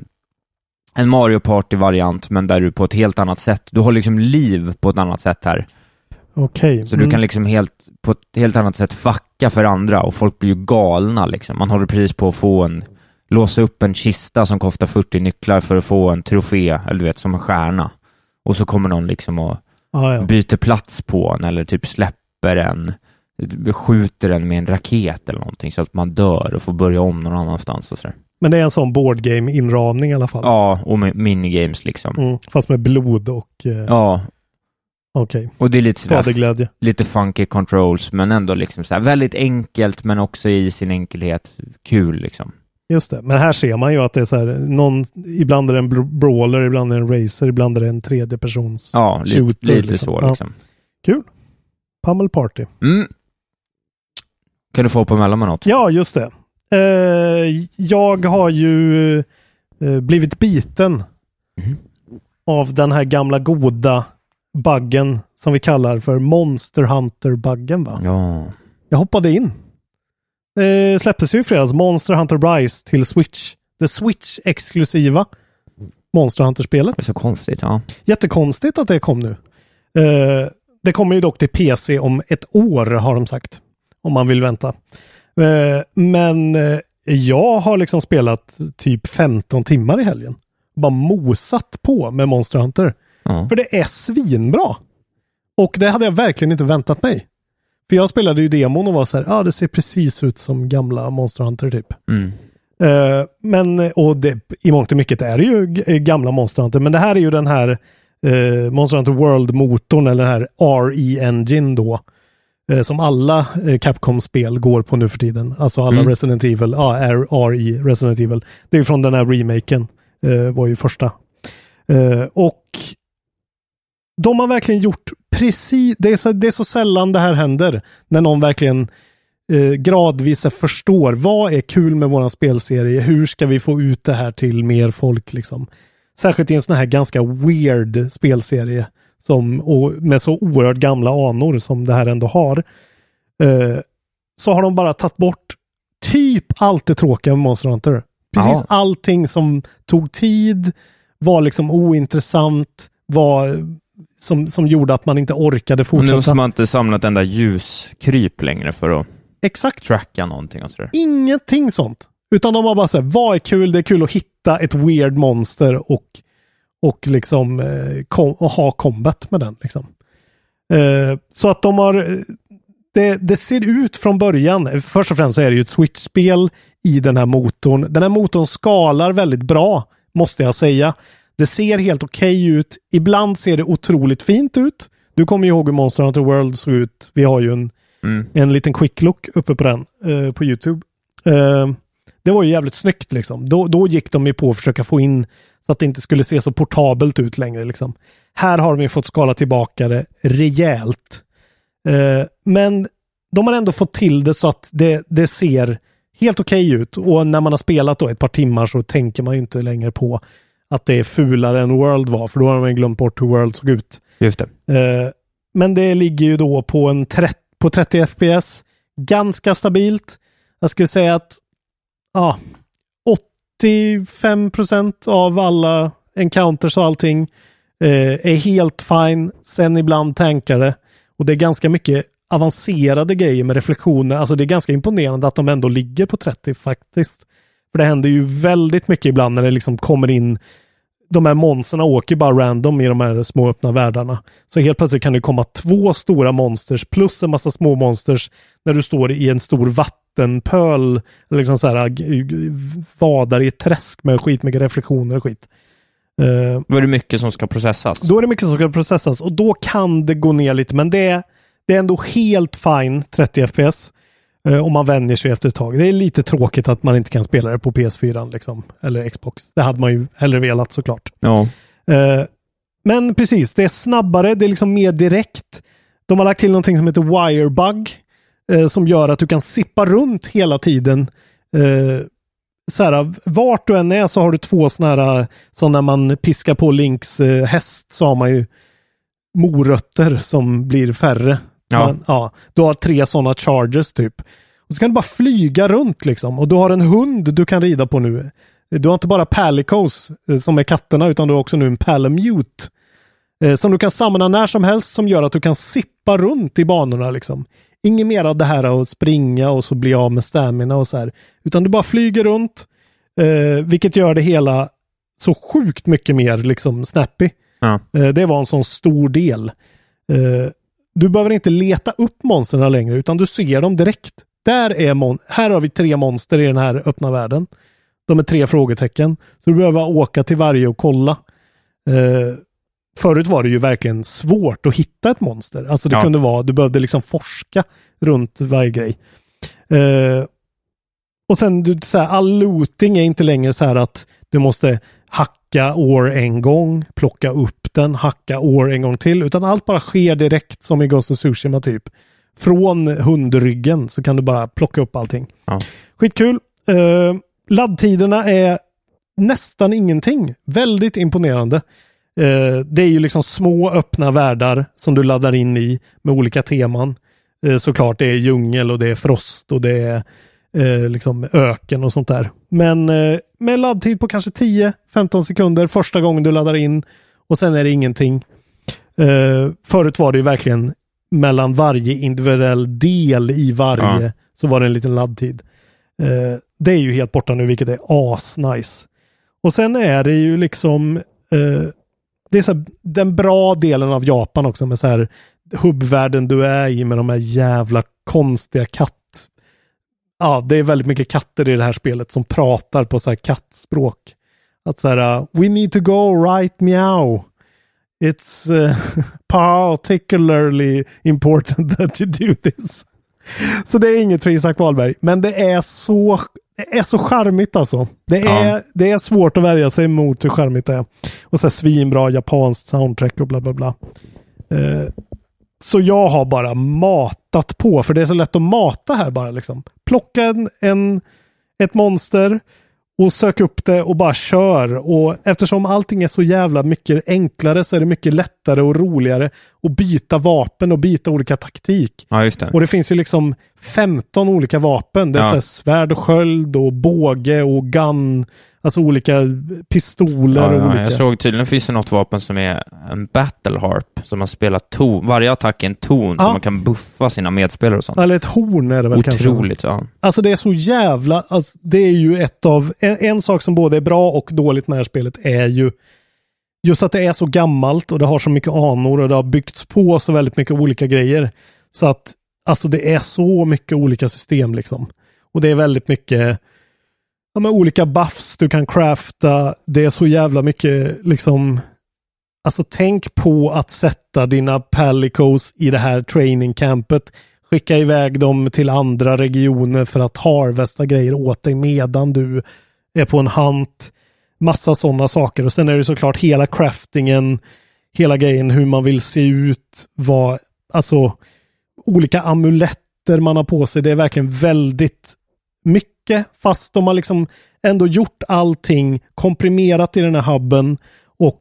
Speaker 8: en Mario Party-variant, men där du på ett helt annat sätt. Du har liksom liv på ett annat sätt här.
Speaker 7: Okej.
Speaker 8: Så du kan liksom på ett helt annat sätt fucka för andra, och folk blir ju galna liksom. Man håller precis på att låsa upp en kista som kostar 40 nycklar för att få en trofé, eller du vet, som en stjärna. Och så kommer någon liksom och byter plats på en, eller typ skjuter den med en raket eller någonting, så att man dör och får börja om någon annanstans och sådär.
Speaker 7: Men det är en sån boardgame-inramning i alla fall.
Speaker 8: Ja, och med minigames liksom.
Speaker 7: Fast med blod och...
Speaker 8: Ja.
Speaker 7: Okej.
Speaker 8: Och det är lite
Speaker 7: sådär,
Speaker 8: lite funky controls, men ändå liksom så här väldigt enkelt, men också i sin enkelhet kul liksom.
Speaker 7: Just det. Men här ser man ju att det är så här, ibland är det en brawler, ibland är det en racer, ibland är det en tredjepersons shooter.
Speaker 8: Lite liksom. Så liksom.
Speaker 7: Kul. Pummel Party.
Speaker 8: Kan du få på mellan med något?
Speaker 7: Ja, just det. Jag har ju blivit biten av den här gamla goda buggen som vi kallar för Monster Hunter-buggen, va?
Speaker 8: Ja.
Speaker 7: Jag hoppade in. Släpptes ju i fredags Monster Hunter Rise till Switch. Det Switch-exklusiva Monster Hunter-spelet.
Speaker 8: Det är så konstigt, ja.
Speaker 7: Jättekonstigt att det kom nu. Det kommer ju dock till PC om 1 år, har de sagt. Om man vill vänta. Men jag har liksom spelat typ 15 timmar i helgen. Bara mosat på med Monster Hunter. För det är svinbra. Och det hade jag verkligen inte väntat mig. För jag spelade ju demon och var så här, det ser precis ut som gamla Monster Hunter typ. Men, och det, i mångt och mycket är det ju gamla Monster Hunter. Men det här är ju den här Monster Hunter World-motorn, eller den här RE-engine då. Som alla Capcom-spel går på nu för tiden. Alltså alla Resident Evil, RE Resident Evil. Det är ju från den här remaken. Var ju första. Och de har verkligen gjort precis, det är så sällan det här händer. När någon verkligen gradvis förstår vad är kul med våran spelserie. Hur ska vi få ut det här till mer folk liksom. Särskilt i en sån här ganska weird spelserie. Och med så oerhört gamla anor som det här ändå har. Så har de bara tagit bort typ allt det tråkiga med Monster Hunter. Precis allting som tog tid var liksom ointressant, var som gjorde att man inte orkade fortsätta.
Speaker 8: Nu måste man inte samla ett enda ljuskryp längre för att tracka någonting och sådär.
Speaker 7: Ingenting sånt. Utan de var bara så här, vad är kul? Det är kul att hitta ett weird monster och liksom och ha combat med den liksom. Så att de har det ser ut från början, först och främst så är det ju ett Switch-spel i den här motorn. Den här motorn skalar väldigt bra, måste jag säga. Det ser helt okej ut. Ibland ser det otroligt fint ut. Du kommer ju ihåg hur Monster Hunter World såg ut. Vi har ju en liten quick look uppe på den på YouTube. Det var ju jävligt snyggt liksom. Då gick de ju på att försöka få in så att det inte skulle se så portabelt ut längre liksom. Här har de ju fått skala tillbaka det rejält. Men de har ändå fått till det så att det ser helt okej ut. Och när man har spelat då ett par timmar så tänker man ju inte längre på att det är fulare än World var. För då har man glömt bort hur World såg ut.
Speaker 8: Just det.
Speaker 7: Men det ligger ju då på 30 FPS. Ganska stabilt. Jag skulle säga att 85% av alla encounters och allting är helt fine. Sen ibland tankar det. Och det är ganska mycket avancerade grejer med reflektioner. Alltså det är ganska imponerande att de ändå ligger på 30 faktiskt. För det händer ju väldigt mycket ibland när det liksom kommer in. De här monsterna åker bara random i de här små öppna världarna. Så helt plötsligt kan det komma 2 stora monsters plus en massa små monsters när du står i en stor vattenpöl. Liksom så här vadar i ett träsk med skitmycket reflektioner och skit.
Speaker 8: Då är det mycket som ska processas.
Speaker 7: Och då kan det gå ner lite. Men det är ändå helt fine 30 FPS. Om man vänjer sig efter ett tag. Det är lite tråkigt att man inte kan spela det på PS4 liksom, eller Xbox. Det hade man ju hellre velat såklart.
Speaker 8: Ja.
Speaker 7: Men precis, det är snabbare. Det är liksom mer direkt. De har lagt till någonting som heter Wirebug. Som gör att du kan sippa runt hela tiden. Så här, vart du än är så har du 2 såna här, som när man piskar på Links häst så har man ju morötter som blir färre. Du har 3 sådana charges typ. Och så kan du bara flyga runt liksom. Och du har en hund du kan rida på nu. Du har inte bara palicos som är katterna utan du har också nu en palamute. Som du kan samla när som helst som gör att du kan sippa runt i banorna liksom. Inget mer av det här att springa och så bli av med stamina och så här. Utan du bara flyger runt. Vilket gör det hela så sjukt mycket mer liksom snappy.
Speaker 8: Ja.
Speaker 7: Det var en sån stor del. Du behöver inte leta upp monsterna längre utan du ser dem direkt. Här har vi 3 monster i den här öppna världen. De är 3 frågetecken. Så du behöver åka till varje och kolla. Förut var det ju verkligen svårt att hitta ett monster. Alltså det kunde vara, du behövde liksom forska runt varje grej. Och sen så här, all looting är inte längre så här att du måste hacka ore en gång, plocka upp den, hacka ore en gång till, utan allt bara sker direkt som i Ghost of Tsushima typ. Från hundryggen så kan du bara plocka upp allting.
Speaker 8: Ja.
Speaker 7: Skitkul. Laddtiderna är nästan ingenting. Väldigt imponerande. Det är ju liksom små öppna världar som du laddar in i med olika teman. Såklart det är djungel och det är frost och det är liksom öken och sånt där. Men med laddtid på kanske 10-15 sekunder första gången du laddar in och sen är det ingenting. Förut var det ju verkligen mellan varje individuell del i varje så var det en liten laddtid. Det är ju helt borta nu vilket är asnice. Och sen är det ju liksom det är så här, den bra delen av Japan också med så här hubbvärlden du är i med de här jävla konstiga det är väldigt mycket katter i det här spelet som pratar på så här kattspråk. Att så här, we need to go right meow. It's particularly important that you do this. Så det är inget för Isak Wahlberg. Men det är så charmigt alltså. Det är svårt att värja sig emot hur charmigt det är. Och så här svinbra japanskt soundtrack och bla bla bla. Så jag har bara matat på. För det är så lätt att mata här bara liksom. Plocka ett monster och sök upp det och bara kör. Och eftersom allting är så jävla mycket enklare så är det mycket lättare och roligare att byta vapen och byta olika taktik.
Speaker 8: Ja, just det.
Speaker 7: Och det finns ju liksom 15 olika vapen. Det är så här svärd och sköld och båge och gun. Alltså olika pistoler och olika.
Speaker 8: Jag såg tydligen finns det något vapen som är en battle harp som man spelar ton. Varje attack är en ton så man kan buffa sina medspelare och sånt.
Speaker 7: Eller ett horn är det väl kanske.
Speaker 8: Otroligt, ja.
Speaker 7: Alltså det är så jävla... Alltså det är ju ett av... En sak som både är bra och dåligt med det här spelet är ju just att det är så gammalt och det har så mycket anor och det har byggts på så väldigt mycket olika grejer. Så att alltså det är så mycket olika system liksom. Och det är väldigt mycket... med olika buffs du kan crafta. Det är så jävla mycket liksom... Alltså tänk på att sätta dina palicos i det här training campet. Skicka iväg dem till andra regioner för att harvesta grejer åt dig medan du är på en hunt. Massa sådana saker. Och sen är det såklart hela craftingen, hela grejen, hur man vill se ut, alltså olika amuletter man har på sig. Det är verkligen väldigt mycket, fast de har liksom ändå gjort allting komprimerat i den här hubben och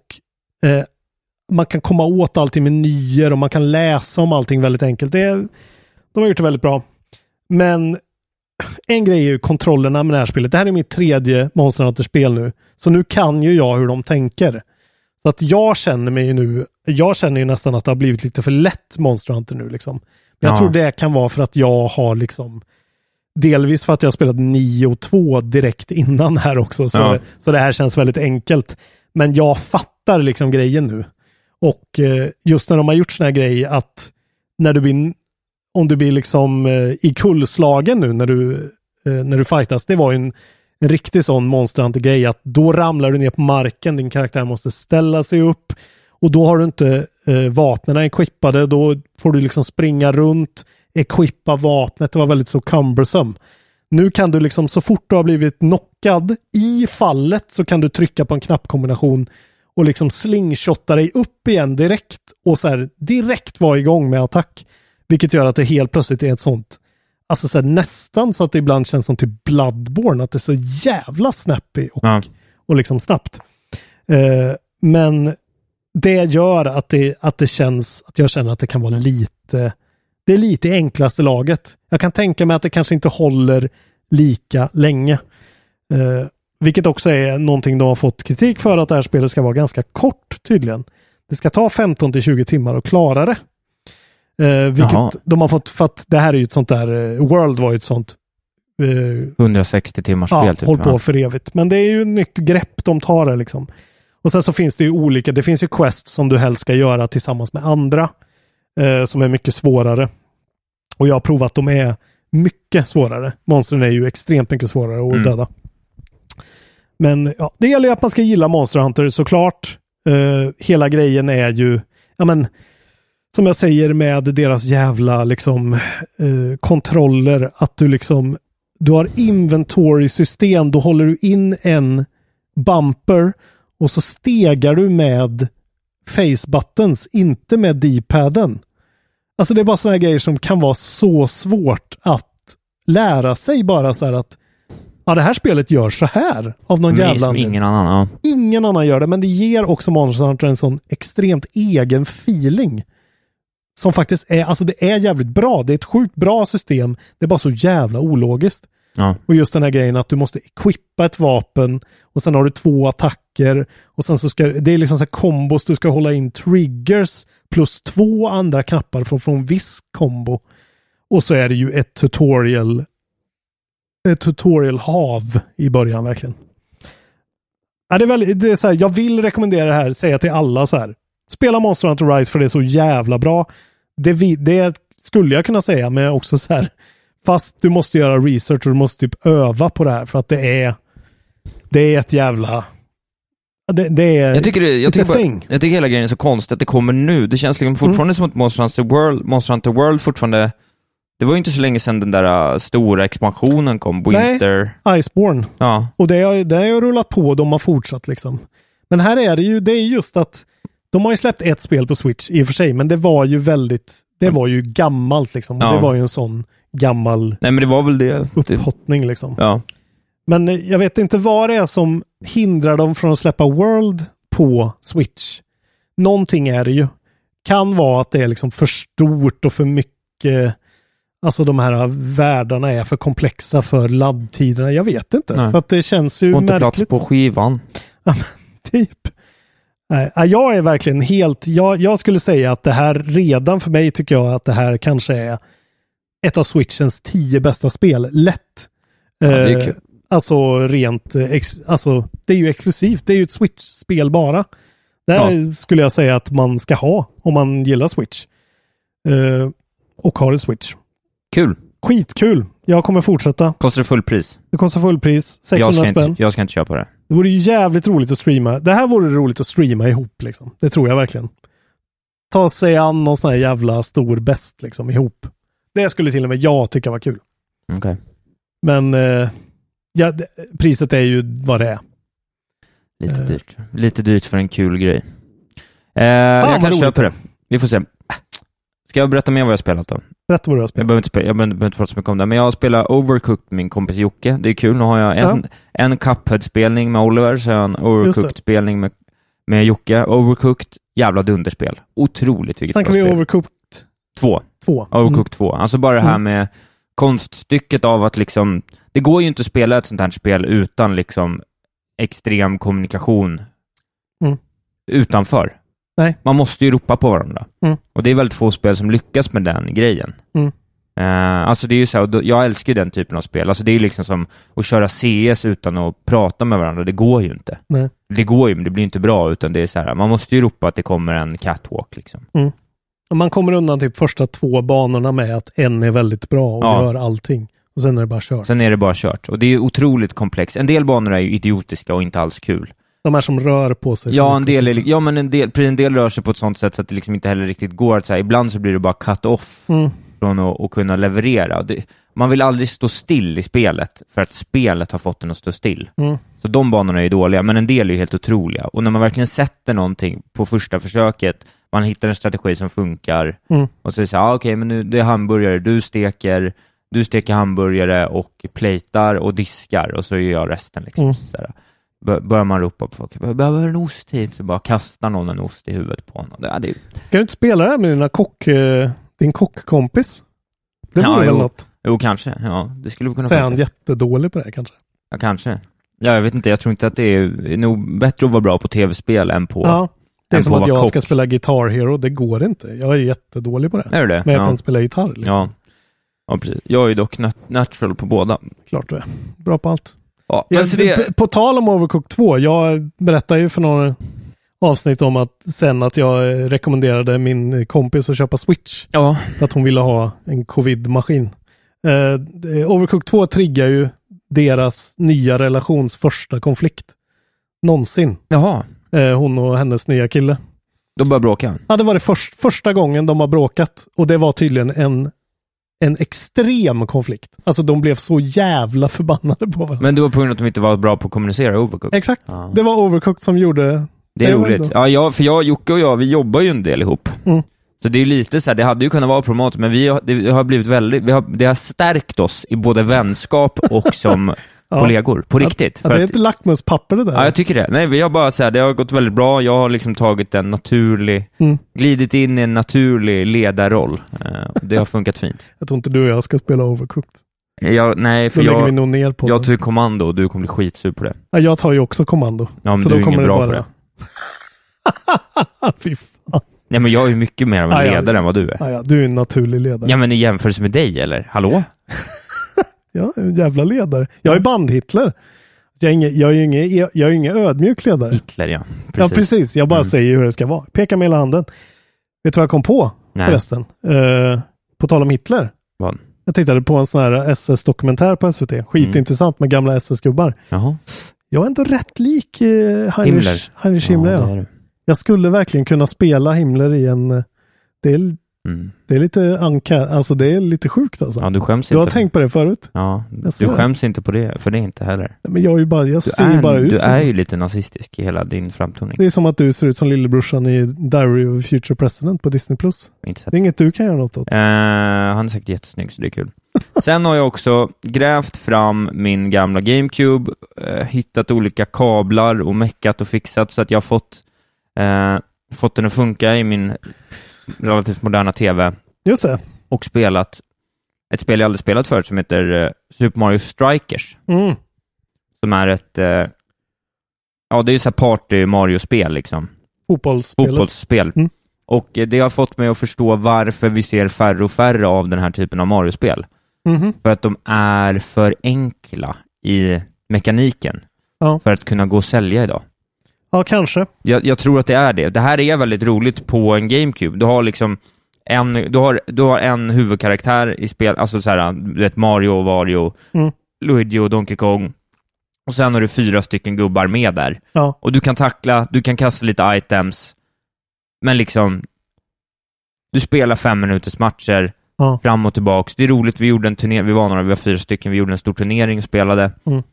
Speaker 7: man kan komma åt allting med menyer och man kan läsa om allting väldigt enkelt. De har gjort det väldigt bra. Men en grej är ju kontrollerna med det här spelet. Det här är mitt 3:e Monster Hunter-spel nu. Så nu kan ju jag hur de tänker. Så att jag känner ju nästan att det har blivit lite för lätt Monster Hunter nu liksom. Men jag tror det kan vara för att jag har liksom delvis för att jag har spelat 9-2 direkt innan här också. Så det här känns väldigt enkelt. Men jag fattar liksom grejen nu. Och just när de har gjort såna här grejer att om du blir liksom i kullslagen nu när du fightas, det var ju en riktig sån Monster Hunter-grej att då ramlar du ner på marken, din karaktär måste ställa sig upp och då har du inte vapnen equippade, då får du liksom springa runt, equippa vapnet, det var väldigt så cumbersome. Nu kan du liksom, så fort du har blivit knockad i fallet så kan du trycka på en knappkombination och liksom slingshotta dig upp igen direkt och så här direkt vara igång med attack. Vilket gör att det helt plötsligt är ett sånt, alltså så här, nästan så att det ibland känns som typ Bloodborne, att det är så jävla snappy och liksom snabbt. Men det gör att det känns, att jag känner att det kan vara det är lite enklaste laget. Jag kan tänka mig att det kanske inte håller lika länge. Vilket också är någonting de har fått kritik för, att det här spelet ska vara ganska kort tydligen. Det ska ta 15-20 timmar att klara det. Vilket de har fått, för att det här är ju ett sånt där, World var ju ett sånt
Speaker 8: 160 timmars spel typ.
Speaker 7: Håll på för evigt. Men det är ju ett nytt grepp de tar det liksom. Och sen så finns det ju det finns ju quests som du helst ska göra tillsammans med andra som är mycket svårare. Och jag har provat, de är mycket svårare. Monstren är ju extremt mycket svårare att döda. Men ja, det gäller ju att man ska gilla Monster Hunter såklart. Hela grejen är ju, ja men som jag säger med deras jävla liksom kontroller, att du har inventory-system, då håller du in en bumper och så stegar du med face buttons, inte med D-padden. Alltså det är bara såna här grejer som kan vara så svårt att lära sig, bara så här att det här spelet gör så här av någon jävla anledning. Ingen annan gör det, men det ger också Monster Hunter en sån extremt egen feeling som faktiskt är, alltså det är jävligt bra. Det är ett sjukt bra system. Det är bara så jävla ologiskt. Ja. Och just den här grejen att du måste equippa ett vapen och sen har du 2 attacker och sen så ska det är liksom så här kombos, du ska hålla in triggers plus 2 andra knappar för att få en viss kombo. Och så är det ju ett tutorial hav i början verkligen. Ja, det är så här, jag vill rekommendera det här, säga till alla så här: spela Monster Hunter Rise för det är så jävla bra. Det skulle jag kunna säga, men också så här, fast du måste göra research och du måste typ öva på det här för att det är ett jävla det är
Speaker 8: jag tycker hela grejen är så konstigt att det kommer nu. Det känns liksom fortfarande som att Monster Hunter World fortfarande, det var ju inte så länge sedan den där stora expansionen kom, Winter.
Speaker 7: Nej, Iceborne. Ja. Och det har ju rullat på och de har fortsatt liksom. Men här är det är just att de har ju släppt ett spel på Switch i och för sig, men det var ju gammalt liksom. Och det var ju en sån gammal
Speaker 8: men det var väl det
Speaker 7: upphottning liksom.
Speaker 8: Ja.
Speaker 7: Men jag vet inte vad det är som hindrar dem från att släppa World på Switch. Någonting är det ju. Kan vara att det är liksom för stort och för mycket. Alltså de här världarna är för komplexa för laddtiderna. Jag vet inte.
Speaker 8: Nej.
Speaker 7: För att det känns ju
Speaker 8: och inte
Speaker 7: märkligt.
Speaker 8: plats på skivan.
Speaker 7: Ja, typ. Jag är verkligen helt... Jag skulle säga att det här redan för mig tycker jag att det här kanske är ett av Switchens 10 bästa spel. Lätt.
Speaker 8: Ja, det är kul.
Speaker 7: Alltså rent... alltså det är ju exklusivt. Det är ju ett Switch-spel bara. Det här skulle jag säga att man ska ha om man gillar Switch. Och har en Switch.
Speaker 8: Kul.
Speaker 7: Skitkul. Jag kommer fortsätta.
Speaker 8: Kostar det fullpris?
Speaker 7: Det kostar fullpris. 600 spänn.
Speaker 8: Jag ska inte köpa det.
Speaker 7: Det vore ju jävligt roligt att streama. Det här vore roligt att streama ihop liksom. Det tror jag verkligen. Ta sig an någon sån här jävla stor bäst liksom ihop. Det skulle till och med jag tycka var kul.
Speaker 8: Okej.
Speaker 7: Men priset är ju vad det är.
Speaker 8: Lite dyrt. Lite dyrt för en kul grej. Jag kan köpa det. Vi får se. Ska jag berätta mer vad jag spelat då?
Speaker 7: Berätta vad du har spelat.
Speaker 8: Jag behöver inte prata så mycket om det. Men jag har spelat Overcooked med min kompis Jocke. Det är kul. Nu har jag en Cuphead-spelning med Oliver. Så jag har en Overcooked-spelning med Jocke. Overcooked, jävla dunderspel. Otroligt vilket
Speaker 7: bra spel. Snackar vi Overcooked
Speaker 8: 2. Overcooked 2. Alltså bara det här med konststycket av att liksom... Det går ju inte att spela ett sånt här spel utan liksom extrem kommunikation utanför.
Speaker 7: Nej.
Speaker 8: Man måste ju ropa på varandra. Och det är väldigt få spel som lyckas med den grejen. Alltså det är ju så här, jag älskar ju den typen av spel. Alltså det är liksom som att köra CS utan att prata med varandra. Det går ju inte.
Speaker 7: Nej.
Speaker 8: Det går ju, men det blir inte bra, utan det är så här, man måste ju ropa att det kommer en catwalk liksom.
Speaker 7: Och man kommer undan typ första 2 banorna med att en är väldigt bra och gör allting. Och sen är det bara kört. Och det är otroligt komplext. En del banor är ju idiotiska och inte alls kul. De här som rör på sig.
Speaker 8: Ja, en del rör sig på ett sånt sätt så att det liksom inte heller riktigt går att säga. Ibland så blir det bara cut off från att kunna leverera. Man vill aldrig stå still i spelet för att spelet har fått en att stå still. Så de banorna är ju dåliga, men en del är ju helt otroliga. Och när man verkligen sätter någonting på första försöket, man hittar en strategi som funkar och så är det så här, okej, men nu det är hamburgare, du steker hamburgare och platar och diskar och så gör jag resten liksom. Så här. Börjar man ropa på folk, behöver en ost hit, så bara kastar någon en ost i huvudet på honom. Kan
Speaker 7: du inte spela det här med din kockkompis? Det vore väl något?
Speaker 8: Jo, kanske. Ja, det skulle vi kunna.
Speaker 7: Så är han jättedålig på det kanske?
Speaker 8: Ja, kanske. Ja, jag vet inte. Jag tror inte att det är nog bättre att vara bra på tv-spel än på...
Speaker 7: Ja, det är som att jag ska spela Guitar Hero. Det går inte. Jag är jättedålig på det.
Speaker 8: Är det?
Speaker 7: Men jag kan spela gitarr. Liksom.
Speaker 8: Ja, precis. Jag är ju dock natural på båda.
Speaker 7: Klart du är. Bra på allt.
Speaker 8: Ja,
Speaker 7: på tal om Overcooked 2, jag berättade ju för några avsnitt om att jag rekommenderade min kompis att köpa Switch.
Speaker 8: Ja.
Speaker 7: För att hon ville ha en covid-maskin. Overcooked 2 triggar ju deras nya relations första konflikt någonsin.
Speaker 8: Jaha.
Speaker 7: Hon och hennes nya kille.
Speaker 8: De började bråka?
Speaker 7: Ja, det var det första gången de har bråkat. Och det var tydligen en extrem konflikt. Alltså de blev så jävla förbannade på varandra.
Speaker 8: Men det var på grund av att de inte var bra på att kommunicera Overcooked?
Speaker 7: Exakt. Ja. Det var Overcooked som gjorde...
Speaker 8: Det är roligt. Ja, för Jocke och jag, vi jobbar ju en del ihop. Så det är lite så här, det hade ju kunnat vara problematiskt, men det har blivit det har stärkt oss i både vänskap och som kollegor, på riktigt.
Speaker 7: Det är ett lackmuspapper det där.
Speaker 8: Ja, jag tycker det. Nej, vi har bara så här, det har gått väldigt bra. Jag har liksom tagit en glidit in i en naturlig ledarroll. Det har funkat fint.
Speaker 7: Jag tror inte du och jag ska spela Overcooked.
Speaker 8: Nej, för
Speaker 7: lägger vi nog ner på
Speaker 8: jag tar kommando och du kommer bli skitsur på det.
Speaker 7: Ja, jag tar ju också kommando.
Speaker 8: Ja, men så du är ingen bra på det.
Speaker 7: Fy fan.
Speaker 8: Nej, men jag är ju mycket mer av en ledare än vad du är.
Speaker 7: Ja, du är en naturlig ledare.
Speaker 8: Ja, men i jämförelse med dig, eller? Hallå?
Speaker 7: Ja, en jävla ledare. Jag är band-Hitler. Jag är ingen ödmjuk ledare.
Speaker 8: Hitler, ja. Precis.
Speaker 7: Ja, precis. Jag bara säger hur det ska vara. Peka med hela handen. Vet du vad jag kom på förresten? På tal om Hitler.
Speaker 8: Vad?
Speaker 7: Jag tittade på en sån här SS-dokumentär på SVT. Skitintressant med gamla SS-gubbar.
Speaker 8: Jaha.
Speaker 7: Jag är ändå rätt lik Heinrich Himmler. Ja, jag skulle verkligen kunna spela Himmler i en... Det är Det är lite alltså det är lite sjukt alltså.
Speaker 8: Ja, du skäms
Speaker 7: inte. Du har
Speaker 8: inte.
Speaker 7: tänkt på det förut?
Speaker 8: Ja, du skäms inte på det, för det inte heller.
Speaker 7: Men jag ser bara ut.
Speaker 8: Du är ju lite nazistisk i hela din framtoning.
Speaker 7: Det är som att du ser ut som lillebrorsan i Diary of a Future President på Disney+. Det är inget du kan göra något åt.
Speaker 8: Han är säkert jättesnygg, så det är kul. Sen har jag också grävt fram min gamla GameCube, hittat olika kablar och meckat och fixat så att jag fått den att funka i min relativt moderna TV.
Speaker 7: Just det.
Speaker 8: Och spelat ett spel jag aldrig spelat förut som heter Super Mario Strikers. Som är ett det är ju så här party Mario-spel liksom. Fotbollsspel. Och det har fått mig att förstå varför vi ser färre och färre av den här typen av Mario-spel. För att de är för enkla i mekaniken för att kunna gå och sälja idag.
Speaker 7: Ja, kanske.
Speaker 8: Jag tror att det är det. Det här är väldigt roligt på en GameCube. Du har liksom du har en huvudkaraktär i spel, alltså så här, du vet Mario, Wario, Luigi och Donkey Kong. Och sen har du 4 stycken gubbar med där. Ja. Och du kan tackla, du kan kasta lite items. Men liksom du spelar 5 minuters matcher fram och tillbaks. Det är roligt, vi gjorde en turnering, vi var 4 stycken, vi gjorde en stor turnering och spelade.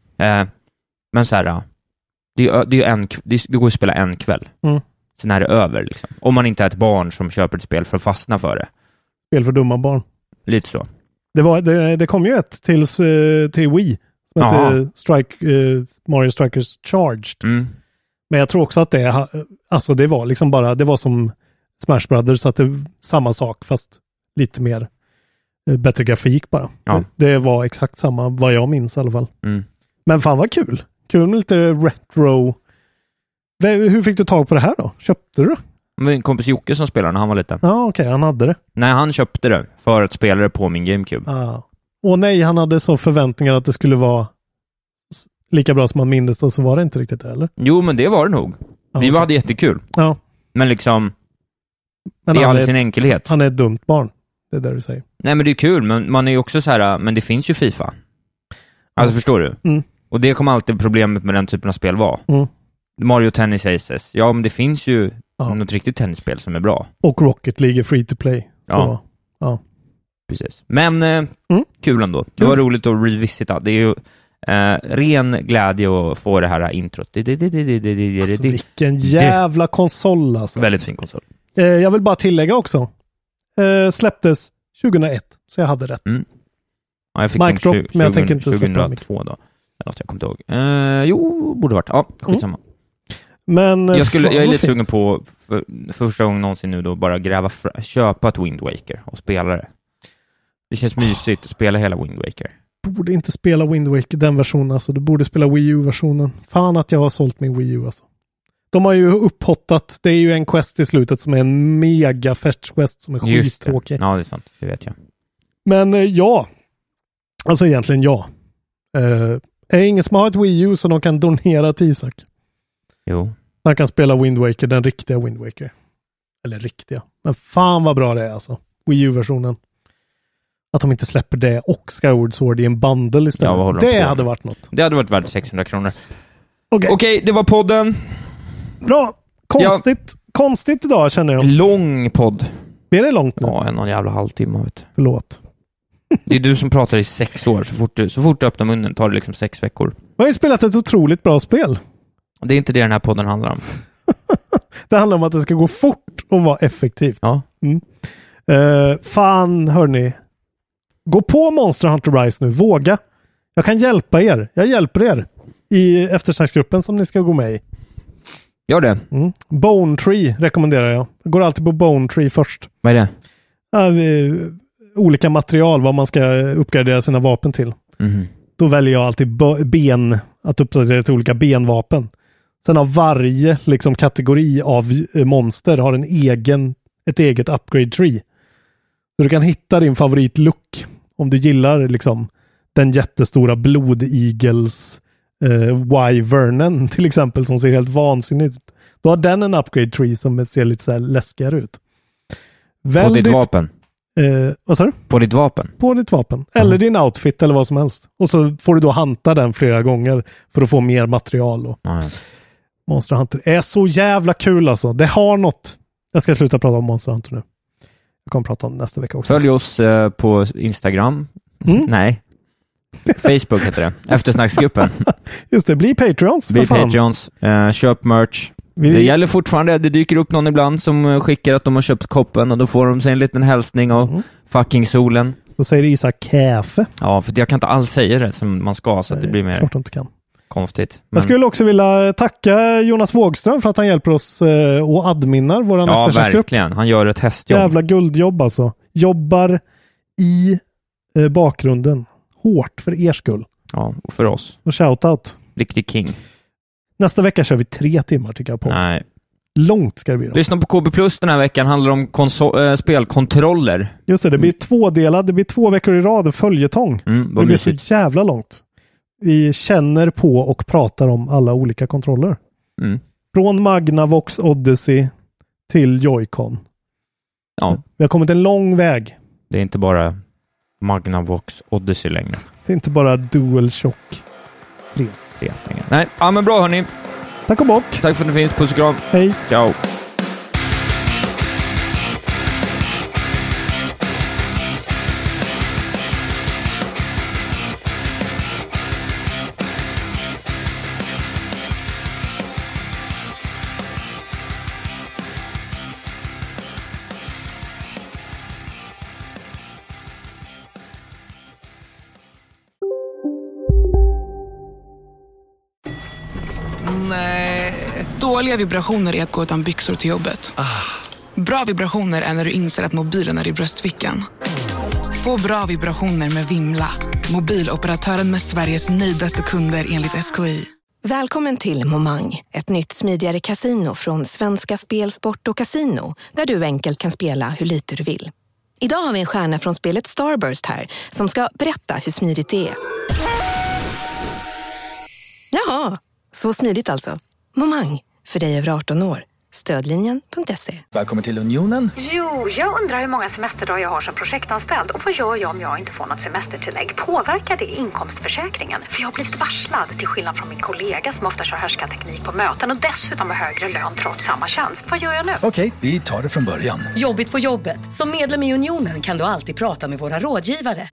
Speaker 8: Men så här, det går att spela en kväll. Sen är det över liksom. Om man inte är ett barn som köper ett spel för att fastna för det.
Speaker 7: Spel för dumma barn.
Speaker 8: Lite så.
Speaker 7: Det kom ju ett till Wii som heter Mario Strikers Charged. Men jag tror också att det var liksom bara, det var som Smash Brothers, så att det är samma sak fast lite mer bättre grafik bara. Ja. Det var exakt samma vad jag minns i alla fall. Men fan vad kul. Kul med lite retro. Hur fick du tag på det här då? Köpte du det?
Speaker 8: Min kompis Jocke som spelade när han var liten.
Speaker 7: Ja, okej, han hade det.
Speaker 8: Nej, han köpte det för att spela det på min GameCube.
Speaker 7: Och nej, han hade så förväntningar att det skulle vara lika bra som man minns, och så var det inte riktigt det, eller?
Speaker 8: Jo, men det var det nog. Vi hade jättekul. Ja. Men liksom i all sin enkelhet.
Speaker 7: Han är ett dumt barn. Det är det du säger.
Speaker 8: Nej, men det är kul, men man är ju också så här, men det finns ju FIFA. Alltså, förstår du? Och det kommer alltid problemet med den typen av spel vara. Mario Tennis Aces. Ja, men det finns ju något riktigt tennisspel som är bra.
Speaker 7: Och Rocket League är free to play. Så, ja.
Speaker 8: Precis. Men kul ändå. Det var roligt att revisita. Det är ju ren glädje att få det här introt.
Speaker 7: Alltså, vilken jävla konsol alltså.
Speaker 8: Väldigt fin konsol.
Speaker 7: Jag vill bara tillägga också. Släpptes 2001, så jag hade rätt.
Speaker 8: Ja, jag fick
Speaker 7: Mic drop, men jag tänker inte
Speaker 8: 2002 då. Jag kommer inte ihåg. Jo, borde varit. Ja, skitsamma.
Speaker 7: Men
Speaker 8: jag är lite sugen på för första gången någonsin nu då bara köpa ett Wind Waker och spela det. Det känns mysigt att spela hela Wind Waker.
Speaker 7: Du borde inte spela Wind Waker, den versionen alltså. Du borde spela Wii U-versionen. Fan att jag har sålt min Wii U alltså. De har ju upphottat, det är ju en quest i slutet som är en mega fetch quest som är skittråkig.
Speaker 8: Ja, det är sant. Det vet jag.
Speaker 7: Men alltså egentligen är det ingen som har ett Wii U så de kan donera till Isak?
Speaker 8: Jo.
Speaker 7: Han kan spela Wind Waker, den riktiga Wind Waker. Eller riktiga. Men fan vad bra det är alltså. Wii U-versionen. Att de inte släpper det och Skyward Sword i en bundle istället.
Speaker 8: Ja,
Speaker 7: det hade varit något.
Speaker 8: Det hade varit värt 600 kronor. Okej, det var podden.
Speaker 7: Bra. Konstigt idag känner jag.
Speaker 8: Lång podd.
Speaker 7: Blir det långt nu?
Speaker 8: Ja, någon jävla halvtimme. Vet.
Speaker 7: Förlåt.
Speaker 8: Det är du som pratar i 6 år. Så fort du öppnar munnen tar det liksom 6 veckor.
Speaker 7: Jag har ju spelat ett otroligt bra spel.
Speaker 8: Det är inte det den här podden handlar om.
Speaker 7: Det handlar om att det ska gå fort och vara effektivt.
Speaker 8: Ja.
Speaker 7: Fan, hörni. Gå på Monster Hunter Rise nu. Våga. Jag kan hjälpa er. Jag hjälper er i eftersnacksgruppen som ni ska gå med i.
Speaker 8: Gör det.
Speaker 7: Bone Tree rekommenderar jag. Jag går alltid på Bone Tree först.
Speaker 8: Vad är
Speaker 7: det? Olika material, vad man ska uppgradera sina vapen till. Då väljer jag alltid ben, att uppdatera till olika benvapen. Sen har varje liksom kategori av monster har ett eget upgrade tree. Så du kan hitta din favoritlook om du gillar liksom den jättestora blodigels wyvernen till exempel som ser helt vansinnigt ut. Då har den en upgrade tree som ser lite så här läskigare ut.
Speaker 8: På ditt vapen?
Speaker 7: Vad sa du?
Speaker 8: På ditt vapen?
Speaker 7: På ditt vapen. Eller din outfit eller vad som helst. Och så får du då hanta den flera gånger för att få mer material. Och Monster Hunter är så jävla kul alltså. Det har något. Jag ska sluta prata om Monster Hunter nu. Jag kommer prata om nästa vecka också.
Speaker 8: Följ oss på Instagram. Nej. Facebook heter det. Eftersnacksgruppen.
Speaker 7: Just det, bli Patreons.
Speaker 8: Bli Patreons. Köp merch. Det gäller fortfarande. Det dyker upp någon ibland som skickar att de har köpt koppen och då får de sig en liten hälsning av fucking solen.
Speaker 7: Då säger Isak käfe.
Speaker 8: Ja, för jag kan inte alls säga det som man ska så att det blir mer
Speaker 7: klart inte kan.
Speaker 8: Konstigt.
Speaker 7: Men... Jag skulle också vilja tacka Jonas Wågström för att han hjälper oss och adminar våran eftersnacksgrupp.
Speaker 8: Ja, verkligen. Han gör ett hästjobb.
Speaker 7: Jävla guldjobb alltså. Jobbar i bakgrunden. Hårt för er skull.
Speaker 8: Ja, och för oss.
Speaker 7: Och shoutout.
Speaker 8: Riktig king.
Speaker 7: Nästa vecka kör vi 3 timmar tycker jag på.
Speaker 8: Nej.
Speaker 7: Långt ska det bli då.
Speaker 8: Lyssna på KB Plus den här veckan. Handlar om spelkontroller.
Speaker 7: Just det blir 2-delad. Det blir 2 veckor i rad följetong. Det blir så jävla långt. Vi känner på och pratar om alla olika kontroller. Från Magnavox Odyssey till Joy-Con.
Speaker 8: Ja.
Speaker 7: Vi har kommit en lång väg.
Speaker 8: Det är inte bara Magnavox Odyssey längre.
Speaker 7: Det är inte bara DualShock 3
Speaker 8: längre. Nej, ja men bra hörni.
Speaker 7: Tack och bock.
Speaker 8: Tack för att ni finns. Puss och kram.
Speaker 7: Hej.
Speaker 8: Ciao.
Speaker 11: Nej. Dåliga vibrationer är att gå utan byxor till jobbet. Bra vibrationer är när du inser att mobilen är i bröstfickan. Få bra vibrationer med Vimla. Mobiloperatören med Sveriges nöjdaste kunder enligt SKI.
Speaker 12: Välkommen till Momang, ett nytt smidigare casino från Svenska Spel, Sport och Casino, där du enkelt kan spela hur lite du vill. Idag har vi en stjärna från spelet Starburst här som ska berätta hur smidigt det är. Jaha, så smidigt alltså. Momang, för dig över 18 år. Stödlinjen.se.
Speaker 13: Välkommen till Unionen.
Speaker 14: Jo, jag undrar hur många semesterdagar jag har som projektanställd. Och vad gör jag om jag inte får något semestertillägg? Påverkar det inkomstförsäkringen? För jag har blivit varslad, till skillnad från min kollega som ofta kör härskarteknik på möten och dessutom har högre lön trots samma tjänst. Vad gör jag nu?
Speaker 13: Okej, vi tar det från början.
Speaker 15: Jobbigt på jobbet. Som medlem i Unionen kan du alltid prata med våra rådgivare.